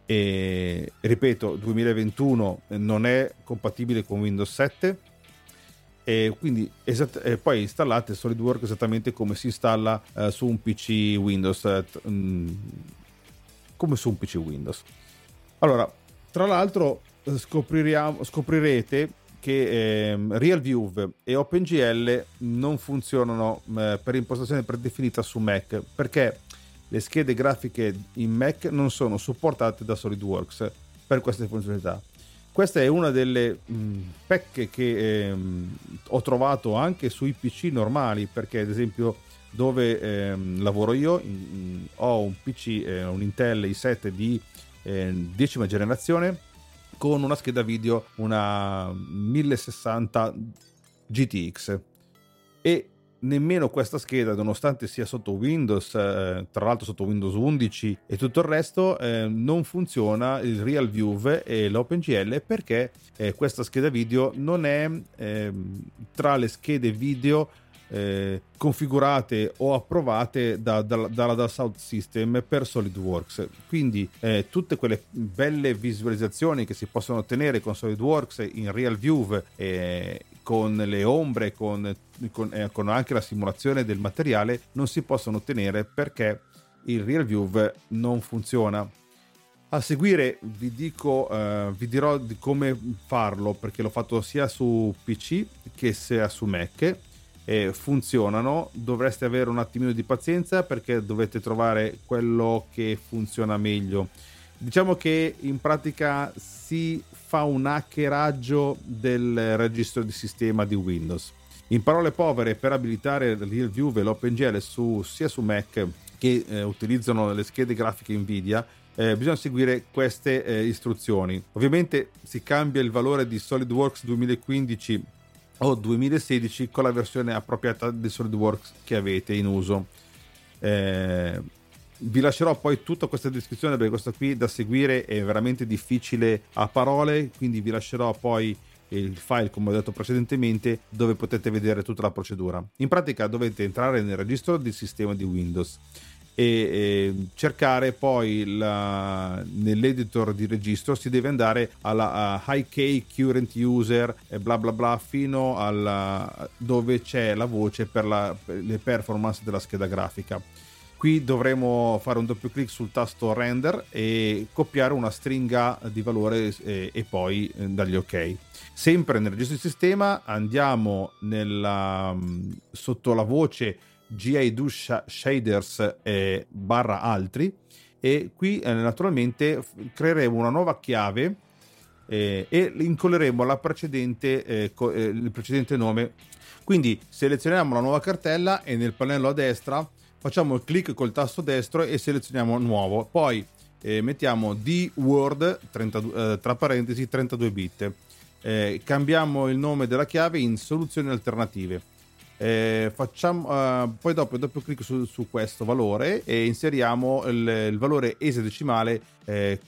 e ripeto, duemilaventuno non è compatibile con Windows sette. E quindi esatt- e poi installate SolidWorks esattamente come si installa eh, su un P C Windows, eh, t- mh, come su un P C Windows. Allora, tra l'altro scopriremo, scoprirete che eh, RealView e OpenGL non funzionano eh, per impostazione predefinita su Mac, perché le schede grafiche in Mac non sono supportate da SolidWorks per queste funzionalità. Questa è una delle mh, pecche che ehm, ho trovato anche sui P C normali, perché ad esempio dove ehm, lavoro io in, in, ho un P C, eh, un Intel i sette di eh, decima generazione con una scheda video, una mille sessanta G T X, e nemmeno questa scheda, nonostante sia sotto Windows, eh, tra l'altro sotto Windows undici e tutto il resto, eh, non funziona il RealView e l'OpenGL, perché eh, questa scheda video non è eh, tra le schede video eh, configurate o approvate da, da, dalla Dassault System per SolidWorks. Quindi eh, tutte quelle belle visualizzazioni che si possono ottenere con SolidWorks in RealView, eh, con le ombre, con, con, eh, con anche la simulazione del materiale, non si possono ottenere perché il RealView non funziona. A seguire vi dico, eh, vi dirò di come farlo, perché l'ho fatto sia su P C che sia su Mac. E funzionano. Dovreste avere un attimino di pazienza perché dovete trovare quello che funziona meglio. Diciamo che in pratica si fa un hackeraggio del registro di sistema di Windows. In parole povere, per abilitare il RealView e l'OpenGL su, sia su Mac che eh, utilizzano le schede grafiche Nvidia, eh, bisogna seguire queste eh, istruzioni. Ovviamente si cambia il valore di SolidWorks duemilaquindici o duemilasedici con la versione appropriata di SolidWorks che avete in uso. Eh, vi lascerò poi tutta questa descrizione, perché questa qui da seguire è veramente difficile a parole, quindi vi lascerò poi il file, come ho detto precedentemente, dove potete vedere tutta la procedura. In pratica dovete entrare nel registro di sistema di Windows e, e cercare poi la, nell'editor di registro si deve andare alla High Key Current User e bla bla bla fino alla dove c'è la voce per, la, per le performance della scheda grafica. Qui dovremo fare un doppio clic sul tasto render e copiare una stringa di valore e, e poi eh, dargli ok. Sempre nel registro di sistema andiamo nella, sotto la voce G I D U Shaders eh, barra altri, e qui eh, naturalmente creeremo una nuova chiave eh, e incolleremo la precedente, eh, co- eh, il precedente nome. Quindi selezioniamo la nuova cartella e nel pannello a destra facciamo il clic col tasto destro e selezioniamo nuovo, poi eh, mettiamo D Word trentadue, eh, tra parentesi trentadue bit, eh, cambiamo il nome della chiave in soluzioni alternative, eh, facciamo eh, poi dopo doppio clic su, su questo valore e inseriamo il, il valore esadecimale eh,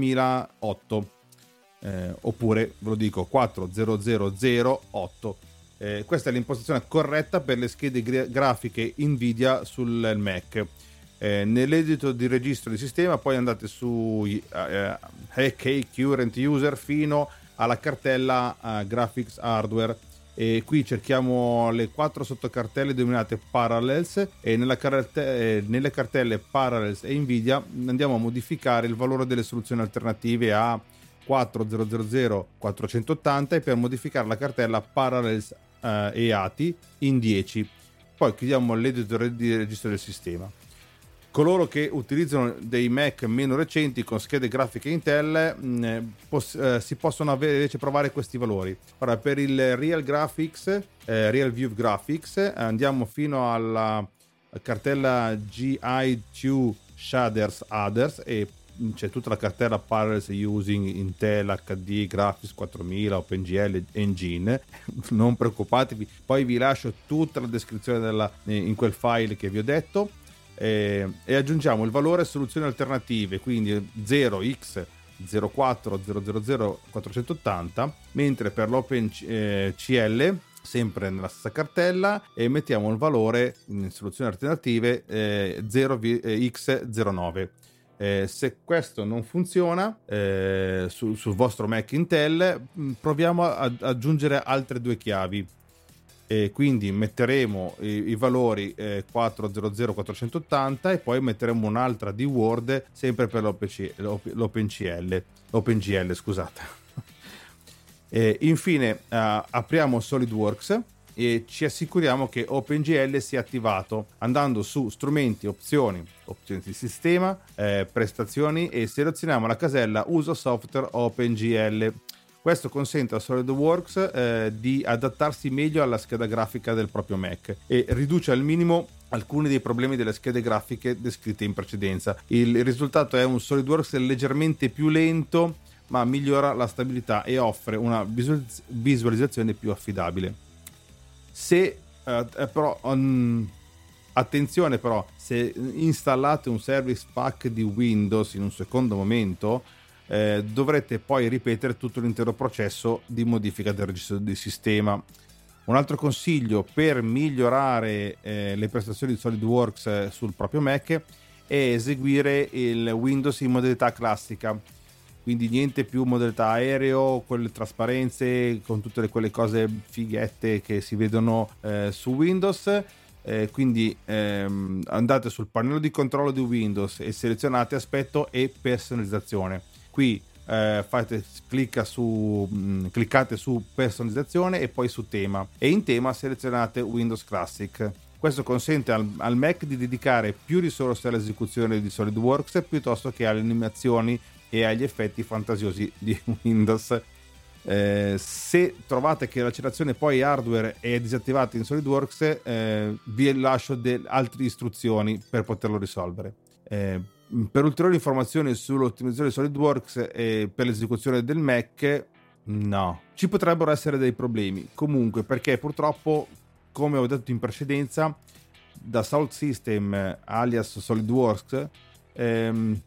quarantamila otto, eh, oppure ve lo dico quattro zero zero zero otto. Eh, questa è l'impostazione corretta per le schede gra- grafiche Nvidia sul Mac. Eh, nell'edito di registro di sistema poi andate su eh, H K Current User fino alla cartella eh, Graphics Hardware, e qui cerchiamo le quattro sottocartelle denominate Parallels, e nella carte- eh, nelle cartelle Parallels e Nvidia andiamo a modificare il valore delle soluzioni alternative a quattromila quattrocentottanta e per modificare la cartella Parallels eh, e A T I in dieci. Poi chiudiamo l'edito di registro del sistema. Coloro che utilizzano dei Mac meno recenti con schede grafiche Intel mh, poss- eh, si possono avere, invece provare questi valori. Ora, per il Real Graphics, eh, Real View Graphics, andiamo fino alla cartella G I due Shaders Others e c'è tutta la cartella Parallels Using Intel H D Graphics quattromila OpenGL Engine. Non preoccupatevi, poi vi lascio tutta la descrizione della, in quel file che vi ho detto. Eh, e aggiungiamo il valore soluzioni alternative, quindi zero x zero quattro zero zero zero quattrocentottanta, mentre per l'OpenCL sempre nella stessa cartella e mettiamo il valore in soluzioni alternative eh, zero x zero nove. Eh, se questo non funziona eh, su, sul vostro Mac Intel, proviamo ad aggiungere altre due chiavi. E quindi metteremo i, i valori eh, quattrocento quattrocentottanta e poi metteremo un'altra di Word sempre per l'OpenCL, l'OpenGL, scusate. E infine eh, apriamo SolidWorks e ci assicuriamo che OpenGL sia attivato andando su strumenti, opzioni, opzioni di sistema, eh, prestazioni, e selezioniamo la casella uso software OpenGL. Questo consente a SolidWorks eh, di adattarsi meglio alla scheda grafica del proprio Mac e riduce al minimo alcuni dei problemi delle schede grafiche descritte in precedenza. Il risultato è un SolidWorks leggermente più lento, ma migliora la stabilità e offre una visualizz- visualizzazione più affidabile. Se eh, però um, attenzione però, se installate un service pack di Windows in un secondo momento, Eh, dovrete poi ripetere tutto l'intero processo di modifica del registro di sistema. Un altro consiglio per migliorare eh, le prestazioni di SolidWorks eh, sul proprio Mac è eseguire il Windows in modalità classica, quindi niente più modalità aereo, quelle trasparenze con tutte le, quelle cose fighette che si vedono eh, su Windows. Eh, quindi ehm, andate sul pannello di controllo di Windows e selezionate aspetto e personalizzazione. Qui eh, fate, clicca su, mh, cliccate su personalizzazione e poi su tema, e in tema selezionate Windows Classic. Questo consente al, al Mac di dedicare più risorse all'esecuzione di SolidWorks piuttosto che alle animazioni e agli effetti fantasiosi di Windows. Eh, se trovate che l'accelerazione poi hardware è disattivata in SolidWorks, eh, vi lascio de- altre istruzioni per poterlo risolvere. Eh, per ulteriori informazioni sull'ottimizzazione di SolidWorks e per l'esecuzione del Mac, no, ci potrebbero essere dei problemi comunque, perché purtroppo, come ho detto in precedenza, da Dassault System alias SolidWorks ehm,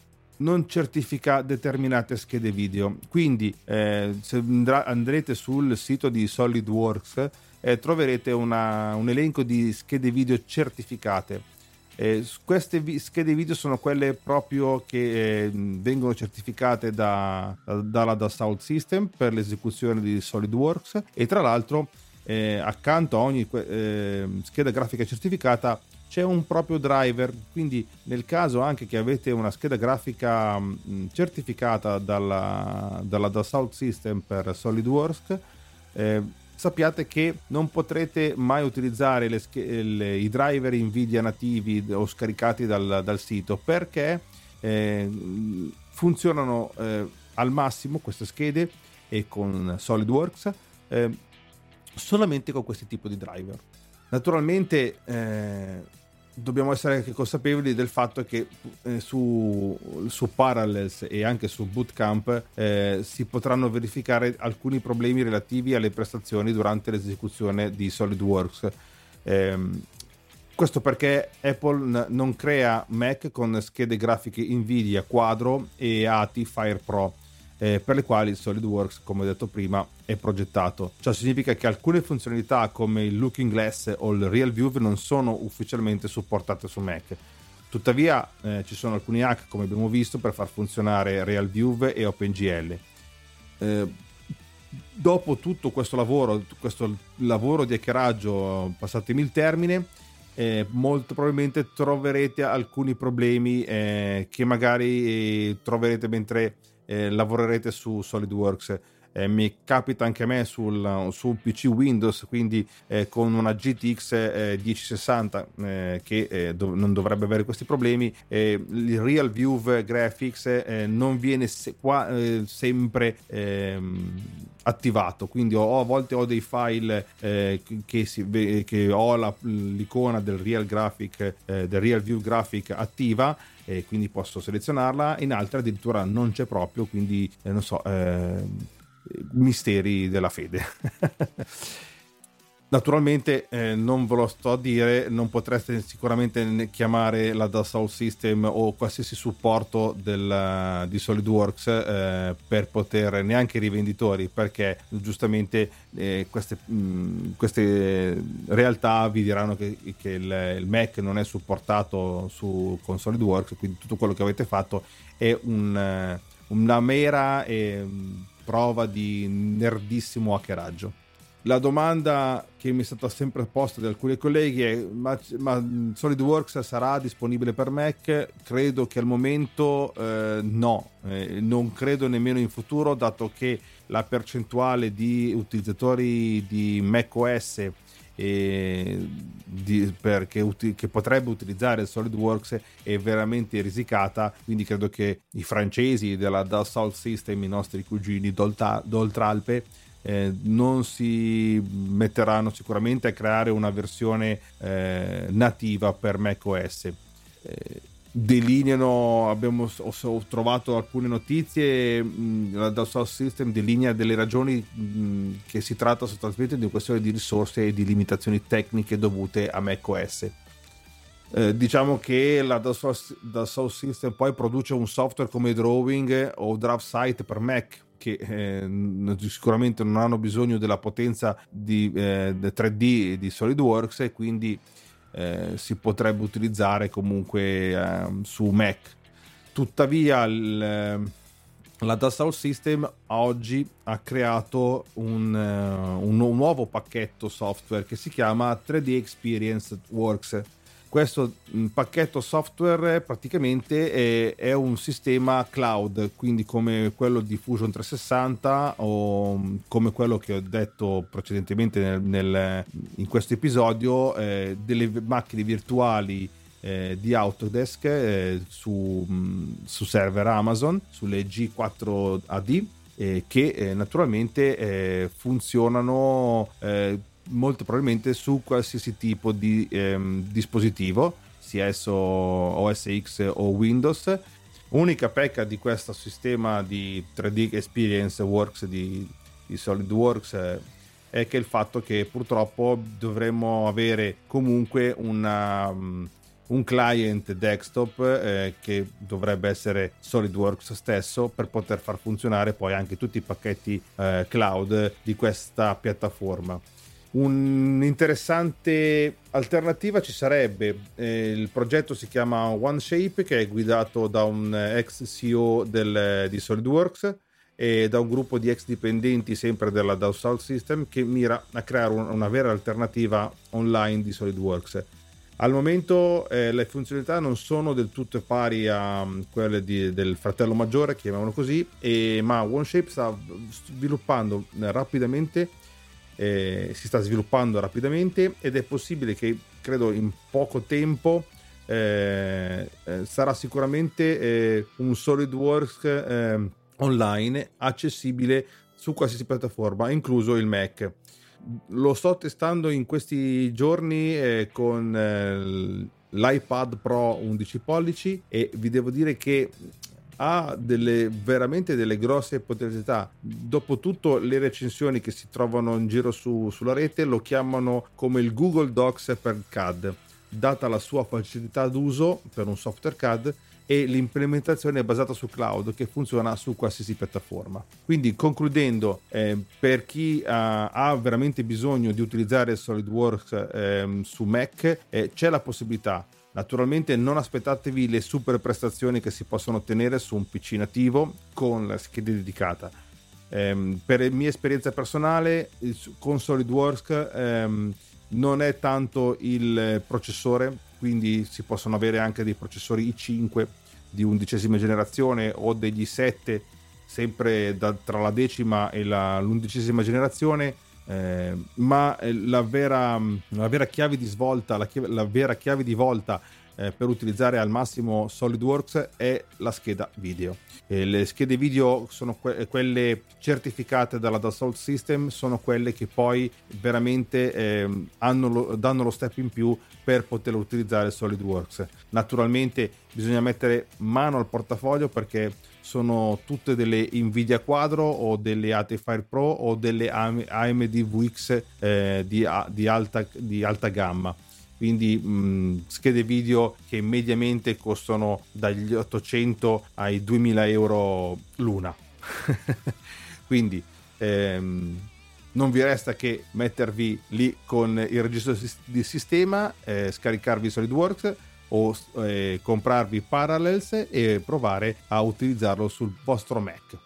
non certifica determinate schede video. Quindi eh, se andrà, andrete sul sito di SolidWorks eh, troverete una, un elenco di schede video certificate. Eh, queste vi- schede video sono quelle proprio che eh, vengono certificate da, da, dalla Dassault System per l'esecuzione di SolidWorks, e tra l'altro eh, accanto a ogni eh, scheda grafica certificata c'è un proprio driver, quindi nel caso anche che avete una scheda grafica mh, certificata dalla, dalla Dassault System per SolidWorks, eh, sappiate che non potrete mai utilizzare le, le, i driver Nvidia nativi o scaricati dal, dal sito, perché eh, funzionano eh, al massimo queste schede e con SolidWorks eh, solamente con questi tipi di driver. Naturalmente eh, dobbiamo essere anche consapevoli del fatto che eh, su, su Parallels e anche su Bootcamp eh, si potranno verificare alcuni problemi relativi alle prestazioni durante l'esecuzione di SolidWorks. Eh, questo perché Apple n- non crea Mac con schede grafiche Nvidia Quadro e A T I Fire Pro. eh, per le quali SolidWorks, come ho detto prima, è progettato. Ciò significa che alcune funzionalità come il Looking Glass o il Real View non sono ufficialmente supportate su Mac. Tuttavia eh, ci sono alcuni hack, come abbiamo visto, per far funzionare Real View e OpenGL. Eh, dopo tutto questo lavoro, questo lavoro di hackeraggio, passatemi il termine, eh, molto probabilmente troverete alcuni problemi eh, che magari eh, troverete mentre eh, lavorerete su SolidWorks. Eh, mi capita anche a me sul, sul P C Windows, quindi eh, con una G T X eh, mille sessanta eh, che eh, dov- non dovrebbe avere questi problemi. Eh, il Real View Graphics eh, non viene se- qua, eh, sempre ehm, attivato, quindi ho, a volte ho dei file eh, che, si, che ho la, l'icona del Real Graphic eh, del Real View Graphic attiva, e quindi posso selezionarla, in altre addirittura non c'è proprio, quindi eh, non so, eh, misteri della fede. Naturalmente eh, non ve lo sto a dire, non potreste sicuramente chiamare la Dassault System o qualsiasi supporto del, di SolidWorks eh, per poter, neanche i rivenditori, perché giustamente eh, queste, mh, queste realtà vi diranno che, che il, il Mac non è supportato su, con SolidWorks, quindi tutto quello che avete fatto è un, una mera eh, prova di nerdissimo hackeraggio. La domanda che mi è stata sempre posta da alcuni colleghi è: ma, ma SolidWorks sarà disponibile per Mac? Credo che al momento eh, no, eh, non credo nemmeno in futuro, dato che la percentuale di utilizzatori di macOS e di, perché uti, che potrebbe utilizzare SolidWorks è veramente risicata, quindi credo che i francesi della Dassault System, i nostri cugini d'Olta, d'Oltralpe, Eh, non si metteranno sicuramente a creare una versione eh, nativa per macOS. Eh, delineano, abbiamo ho, ho trovato alcune notizie, mh, la Dassault System delinea delle ragioni mh, che si tratta sostanzialmente di una questione di risorse e di limitazioni tecniche dovute a macOS. Eh, diciamo che la Dassault, Dassault System poi produce un software come Drawing o DraftSight per Mac, che eh, sicuramente non hanno bisogno della potenza di eh, tre D di SolidWorks, e quindi eh, si potrebbe utilizzare comunque eh, su Mac. Tuttavia il, la Dassault System oggi ha creato un, uh, un nuovo pacchetto software che si chiama tre D Experience Works. Questo pacchetto software praticamente è, è un sistema cloud, quindi come quello di Fusion trecentosessanta o come quello che ho detto precedentemente nel, nel, in questo episodio, eh, delle macchine virtuali eh, di Autodesk eh, su, su server Amazon, sulle G quattro A D, eh, che eh, naturalmente eh, funzionano eh, molto probabilmente su qualsiasi tipo di ehm, dispositivo, sia esso O S X o Windows. Unica pecca di questo sistema di tre D Experience Works di, di SolidWorks eh, è che il fatto che purtroppo dovremmo avere comunque una, um, un client desktop eh, che dovrebbe essere SolidWorks stesso, per poter far funzionare poi anche tutti i pacchetti eh, cloud di questa piattaforma. Un'interessante alternativa ci sarebbe, eh, il progetto si chiama OneShape, che è guidato da un ex C E O del, di SolidWorks e da un gruppo di ex dipendenti sempre della Dassault System, che mira a creare un, una vera alternativa online di SolidWorks. Al momento eh, le funzionalità non sono del tutto pari a um, quelle di, del fratello maggiore, chiamiamolo così, e, ma OneShape sta sviluppando eh, rapidamente Eh, si sta sviluppando rapidamente ed è possibile che, credo in poco tempo, eh, eh, sarà sicuramente eh, un SolidWorks eh, online accessibile su qualsiasi piattaforma, incluso il Mac. Lo sto testando in questi giorni eh, con eh, l'iPad Pro undici pollici, e vi devo dire che ha delle veramente delle grosse potenzialità. Dopotutto le recensioni che si trovano in giro su, sulla rete lo chiamano come il Google Docs per C A D. data la sua facilità d'uso per un software C A D, e l'implementazione è basata su cloud che funziona su qualsiasi piattaforma. Quindi, concludendo, eh, per chi ha, ha veramente bisogno di utilizzare SolidWorks eh, su Mac, eh, c'è la possibilità. Naturalmente non aspettatevi le super prestazioni che si possono ottenere su un P C nativo con la scheda dedicata. Eh, per mia esperienza personale con SolidWorks ehm, non è tanto il processore, quindi si possono avere anche dei processori i cinque di undicesima generazione o degli i sette sempre da, tra la decima e la, l'undicesima generazione, eh, ma la vera, la vera chiave di svolta, la, chiave, la vera chiave di volta eh, per utilizzare al massimo SolidWorks è la scheda video. E le schede video sono que- quelle certificate dalla Dassault System, sono quelle che poi veramente eh, hanno lo, danno lo step in più per poter utilizzare SolidWorks. Naturalmente bisogna mettere mano al portafoglio, perché sono tutte delle Nvidia Quadro o delle A T Fire Pro o delle A M D V X eh, di, di, alta, di alta gamma. Quindi mh, schede video che mediamente costano dagli ottocento ai duemila euro l'una. Quindi ehm, non vi resta che mettervi lì con il registro di sistema, eh, scaricarvi SolidWorks o eh, comprarvi Parallels e provare a utilizzarlo sul vostro Mac.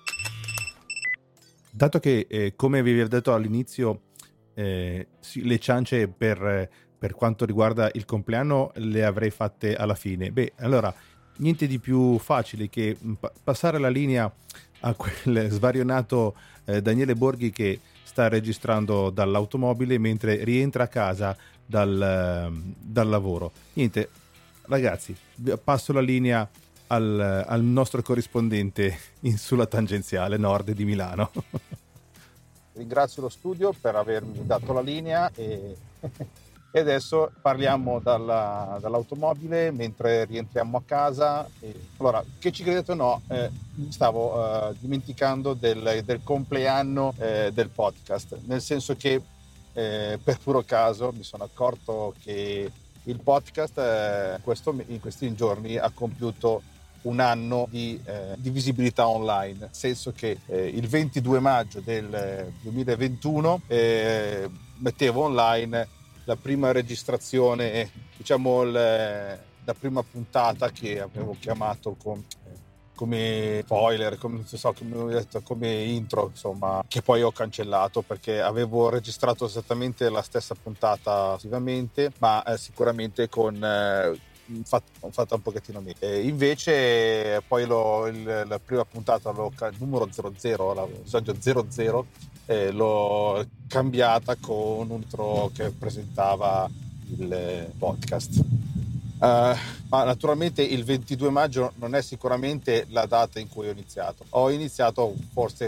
Dato che, eh, come vi avevo detto all'inizio, eh, le ciance per, per quanto riguarda il compleanno le avrei fatte alla fine, beh, allora niente di più facile che pa- passare la linea a quel svarionato eh, Daniele Borghi che sta registrando dall'automobile mentre rientra a casa dal, dal lavoro. Niente, ragazzi, passo la linea al, al nostro corrispondente in, sulla tangenziale nord di Milano. Ringrazio lo studio per avermi dato la linea e, e adesso parliamo dalla, dall'automobile mentre rientriamo a casa. E, allora, che ci credete o no, eh, stavo eh, dimenticando del, del compleanno eh, del podcast, nel senso che eh, per puro caso mi sono accorto che il podcast eh, questo, in questi giorni ha compiuto un anno di, eh, di visibilità online, nel senso che eh, il ventidue maggio del duemilaventuno eh, mettevo online la prima registrazione, diciamo il, la prima puntata che avevo chiamato con, come spoiler, come, non so, come, detto, come intro, insomma, che poi ho cancellato perché avevo registrato esattamente la stessa puntata attivamente, ma eh, sicuramente con eh, Fatto, fatta un pochettino meglio. Eh, invece poi lo, il, la prima puntata l'ho, il numero zero zero, l'episodio zero zero, eh, l'ho cambiata con un intro che presentava il podcast. Uh, ma naturalmente il ventidue maggio non è sicuramente la data in cui ho iniziato. Ho iniziato forse,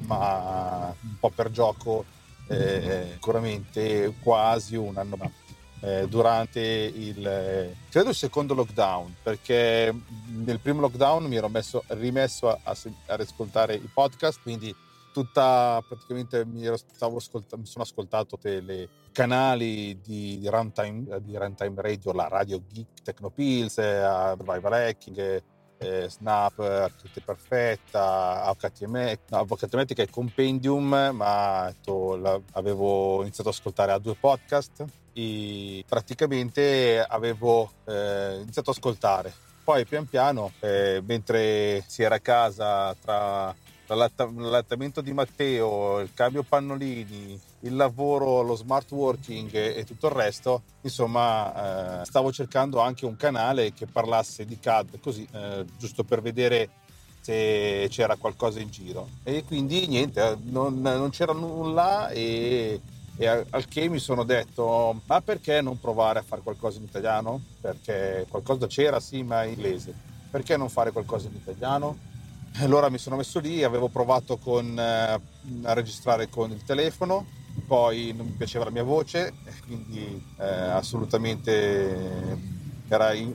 ma un po' per gioco, eh, sicuramente quasi un anno fa. Eh, durante il credo il secondo lockdown, perché nel primo lockdown mi ero messo, rimesso a, a, ad ascoltare i podcast, quindi tutta praticamente mi, ero, stavo ascolta, mi sono ascoltato i canali di, di runtime di runtime radio, la Radio Geek, Tecnopills, eh, Survival Hacking, eh, Snap, Architettura Perfetta, A K T M L, no, A K T M L che è Compendium, ma to, la, avevo iniziato ad ascoltare a due podcast e praticamente avevo eh, iniziato ad ascoltare. Poi pian piano, eh, mentre si era a casa tra l'allattamento di Matteo, il cambio pannolini, il lavoro, lo smart working e, e tutto il resto, insomma, eh, stavo cercando anche un canale che parlasse di C A D, così, eh, giusto per vedere se c'era qualcosa in giro. E quindi niente, non, non c'era nulla e, e al che mi sono detto, ma perché non provare a fare qualcosa in italiano? Perché qualcosa c'era, sì, ma in inglese. Perché non fare qualcosa in italiano? Allora mi sono messo lì, avevo provato con, eh, a registrare con il telefono, poi non mi piaceva la mia voce, quindi eh, assolutamente era in,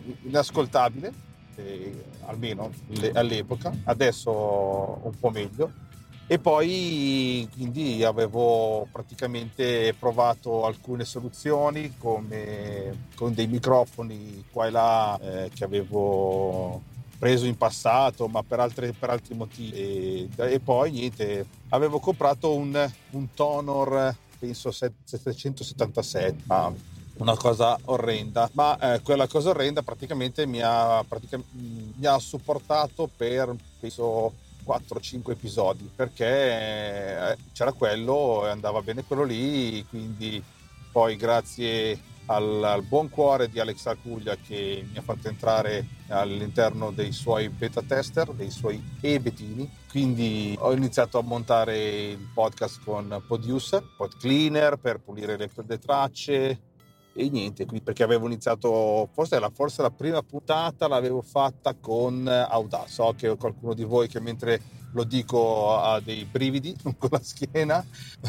inascoltabile, eh, almeno le, all'epoca. Adesso un po' meglio, E poi quindi avevo praticamente provato alcune soluzioni come con dei microfoni qua e là eh, che avevo preso in passato ma per, altre, per altri motivi e, e poi niente, avevo comprato un, un Tonor penso settecentosettantasette, ma una cosa orrenda, ma eh, quella cosa orrenda praticamente mi ha, praticamente, mi ha supportato per penso quattro cinque episodi perché eh, c'era quello e andava bene quello lì, quindi poi grazie al, al buon cuore di Alex Acuglia che mi ha fatto entrare all'interno dei suoi beta tester, dei suoi e-betini, quindi ho iniziato a montare il podcast con Poduser, Pod Cleaner per pulire le, le tracce e niente, qui perché avevo iniziato, forse la, forse la prima puntata l'avevo fatta con Audacity. So che qualcuno di voi che mentre lo dico ha dei brividi con la schiena,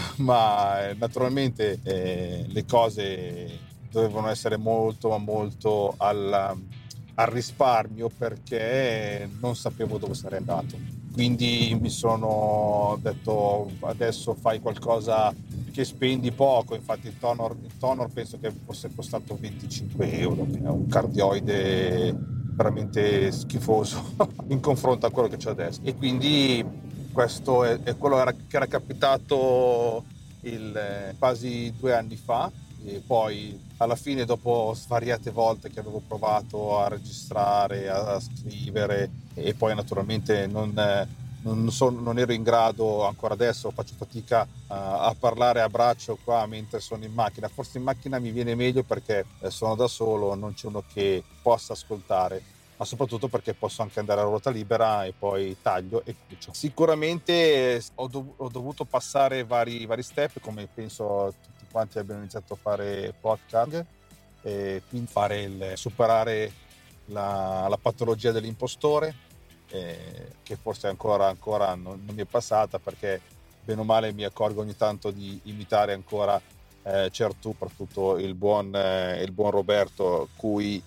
ma eh, naturalmente eh, le cose dovevano essere molto ma molto al, al risparmio perché non sapevo dove sarei andato. Quindi mi sono detto adesso fai qualcosa che spendi poco, infatti il Tonor, il Tonor penso che fosse costato venticinque euro, che è un cardioide veramente schifoso in confronto a quello che c'è adesso. E quindi questo è, è quello era, che era capitato il, eh, quasi due anni fa e poi alla fine dopo svariate volte che avevo provato a registrare, a, a scrivere e poi naturalmente non... Eh, Non, sono, non ero in grado, ancora adesso faccio fatica uh, a parlare a braccio qua mentre sono in macchina. Forse in macchina mi viene meglio perché eh, sono da solo, non c'è uno che possa ascoltare, ma soprattutto perché posso anche andare a ruota libera e poi taglio e cucio. Sicuramente ho, dov- ho dovuto passare vari, vari step, come penso tutti quanti abbiano iniziato a fare podcast, e quindi fare il, superare la, la patologia dell'impostore, Eh, che forse ancora, ancora non, non mi è passata perché bene o male mi accorgo ogni tanto di imitare ancora eh, certo, soprattutto il buon, eh, il buon Roberto, cui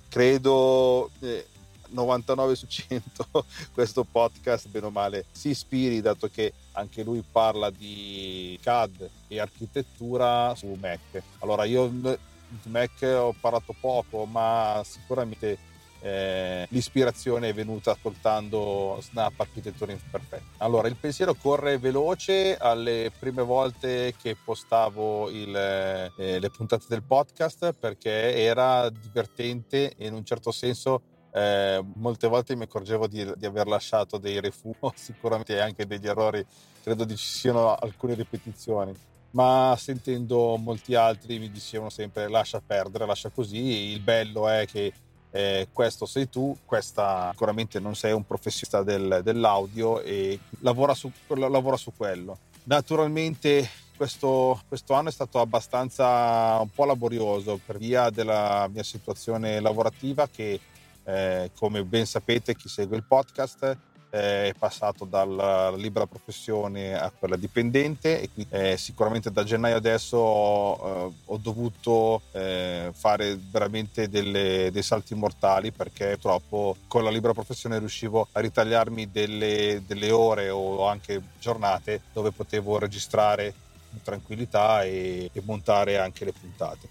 credo eh, novantanove su cento questo podcast bene o male si ispiri, dato che anche lui parla di C A D e architettura su Mac. Allora io di Mac ho parlato poco, ma sicuramente Eh, l'ispirazione è venuta ascoltando Snap Architettura Imperfetta. Allora, il pensiero corre veloce alle prime volte che postavo il, eh, le puntate del podcast perché era divertente e in un certo senso eh, molte volte mi accorgevo di, di aver lasciato dei refugi, sicuramente anche degli errori, credo ci siano alcune ripetizioni, ma sentendo molti altri mi dicevano sempre lascia perdere, lascia così, il bello è che Eh, questo sei tu, questa sicuramente non sei un professionista del, dell'audio e lavora su, lavora su quello. Naturalmente questo, questo anno è stato abbastanza un po' laborioso per via della mia situazione lavorativa che eh, come ben sapete chi segue il podcast eh, è passato dalla libera professione a quella dipendente e quindi eh, sicuramente da gennaio adesso ho, eh, ho dovuto eh, fare veramente delle, dei salti mortali perché purtroppo con la libera professione riuscivo a ritagliarmi delle, delle ore o anche giornate dove potevo registrare in tranquillità e, e montare anche le puntate.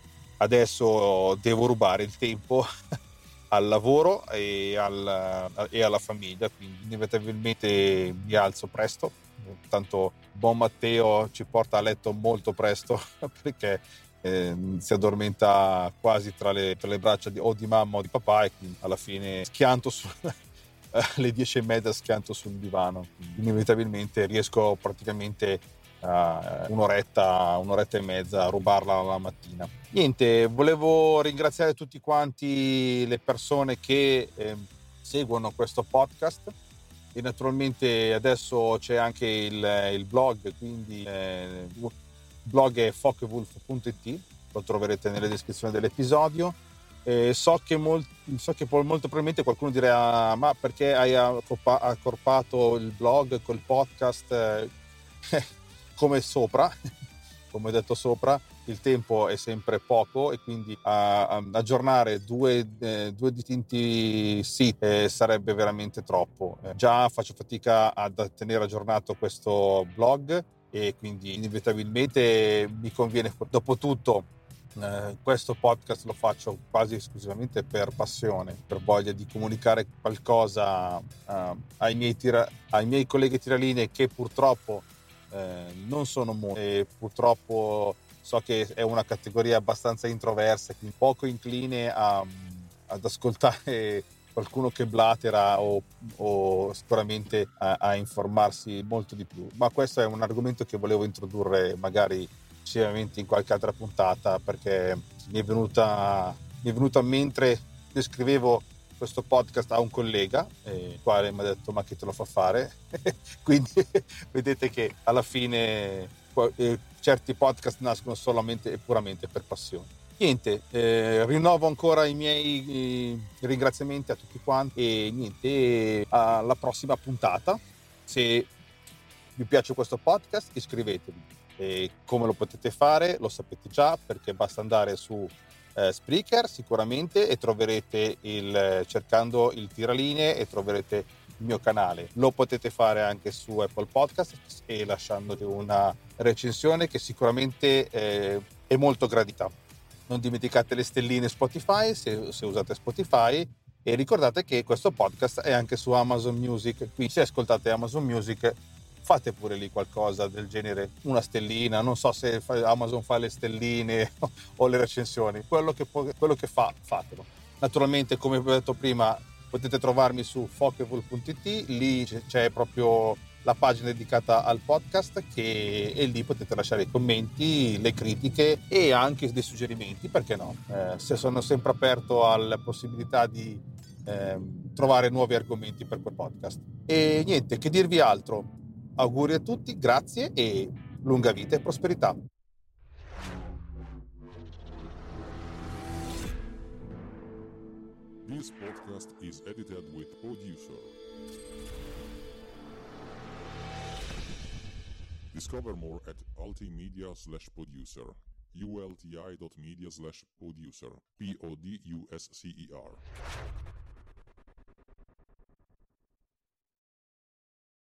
Adesso devo rubare il tempo al lavoro e, al, e alla famiglia, quindi inevitabilmente mi alzo presto, tanto buon Matteo ci porta a letto molto presto perché eh, si addormenta quasi tra le, tra le braccia di, o di mamma o di papà e quindi alla fine schianto su alle dieci e mezza schianto sul divano, quindi inevitabilmente riesco praticamente uh, un'oretta, un'oretta e mezza a rubarla la mattina. Niente, volevo ringraziare tutti quanti le persone che eh, seguono questo podcast e naturalmente adesso c'è anche il, il blog, quindi eh, il blog è focke-wulf punto it, lo troverete nelle descrizioni dell'episodio. Eh, so, che molt, so che molto probabilmente qualcuno dirà ma perché hai accorpato il blog col podcast eh, come sopra come ho detto sopra, il tempo è sempre poco e quindi a, a, aggiornare due, eh, due distinti siti eh, sarebbe veramente troppo. Eh, già faccio fatica a tenere aggiornato questo blog e quindi inevitabilmente mi conviene. Dopotutto eh, questo podcast lo faccio quasi esclusivamente per passione, per voglia di comunicare qualcosa eh, ai, miei tira- ai miei colleghi tiralinee che purtroppo eh, non sono molti e purtroppo so che è una categoria abbastanza introversa, quindi poco incline a, ad ascoltare qualcuno che blatera o, o sicuramente a, a informarsi molto di più. Ma questo è un argomento che volevo introdurre magari successivamente in qualche altra puntata, perché mi è venuta, mi è venuta mentre descrivevo questo podcast a un collega, eh, il quale mi ha detto ma che te lo fa fare? Quindi vedete che alla fine eh, certi podcast nascono solamente e puramente per passione. Niente, eh, rinnovo ancora i miei eh, ringraziamenti a tutti quanti e niente, alla prossima puntata. Se vi piace questo podcast iscrivetevi. E come lo potete fare lo sapete già, perché basta andare su eh, Spreaker sicuramente e troverete il cercando il Tiralinee e troverete il mio canale. Lo potete fare anche su Apple Podcast e lasciandogli una recensione che sicuramente eh, è molto gradita. Non dimenticate le stelline Spotify se, se usate Spotify, e ricordate che questo podcast è anche su Amazon Music, quindi se ascoltate Amazon Music fate pure lì qualcosa del genere, una stellina, non so se Amazon fa le stelline o le recensioni, quello che, quello che fa, fatelo. Naturalmente, come vi ho detto prima, potete trovarmi su fockeable punto it, lì c'è proprio la pagina dedicata al podcast che, e lì potete lasciare i commenti, le critiche e anche dei suggerimenti, perché no? Eh, se sono sempre aperto alla possibilità di eh, trovare nuovi argomenti per quel podcast. E niente, che dirvi altro? Auguri a tutti, grazie e lunga vita e prosperità. This podcast is edited with Producer. Discover more at ultimedia slash producer, ulti dot media slash producer, P O D U S C E R.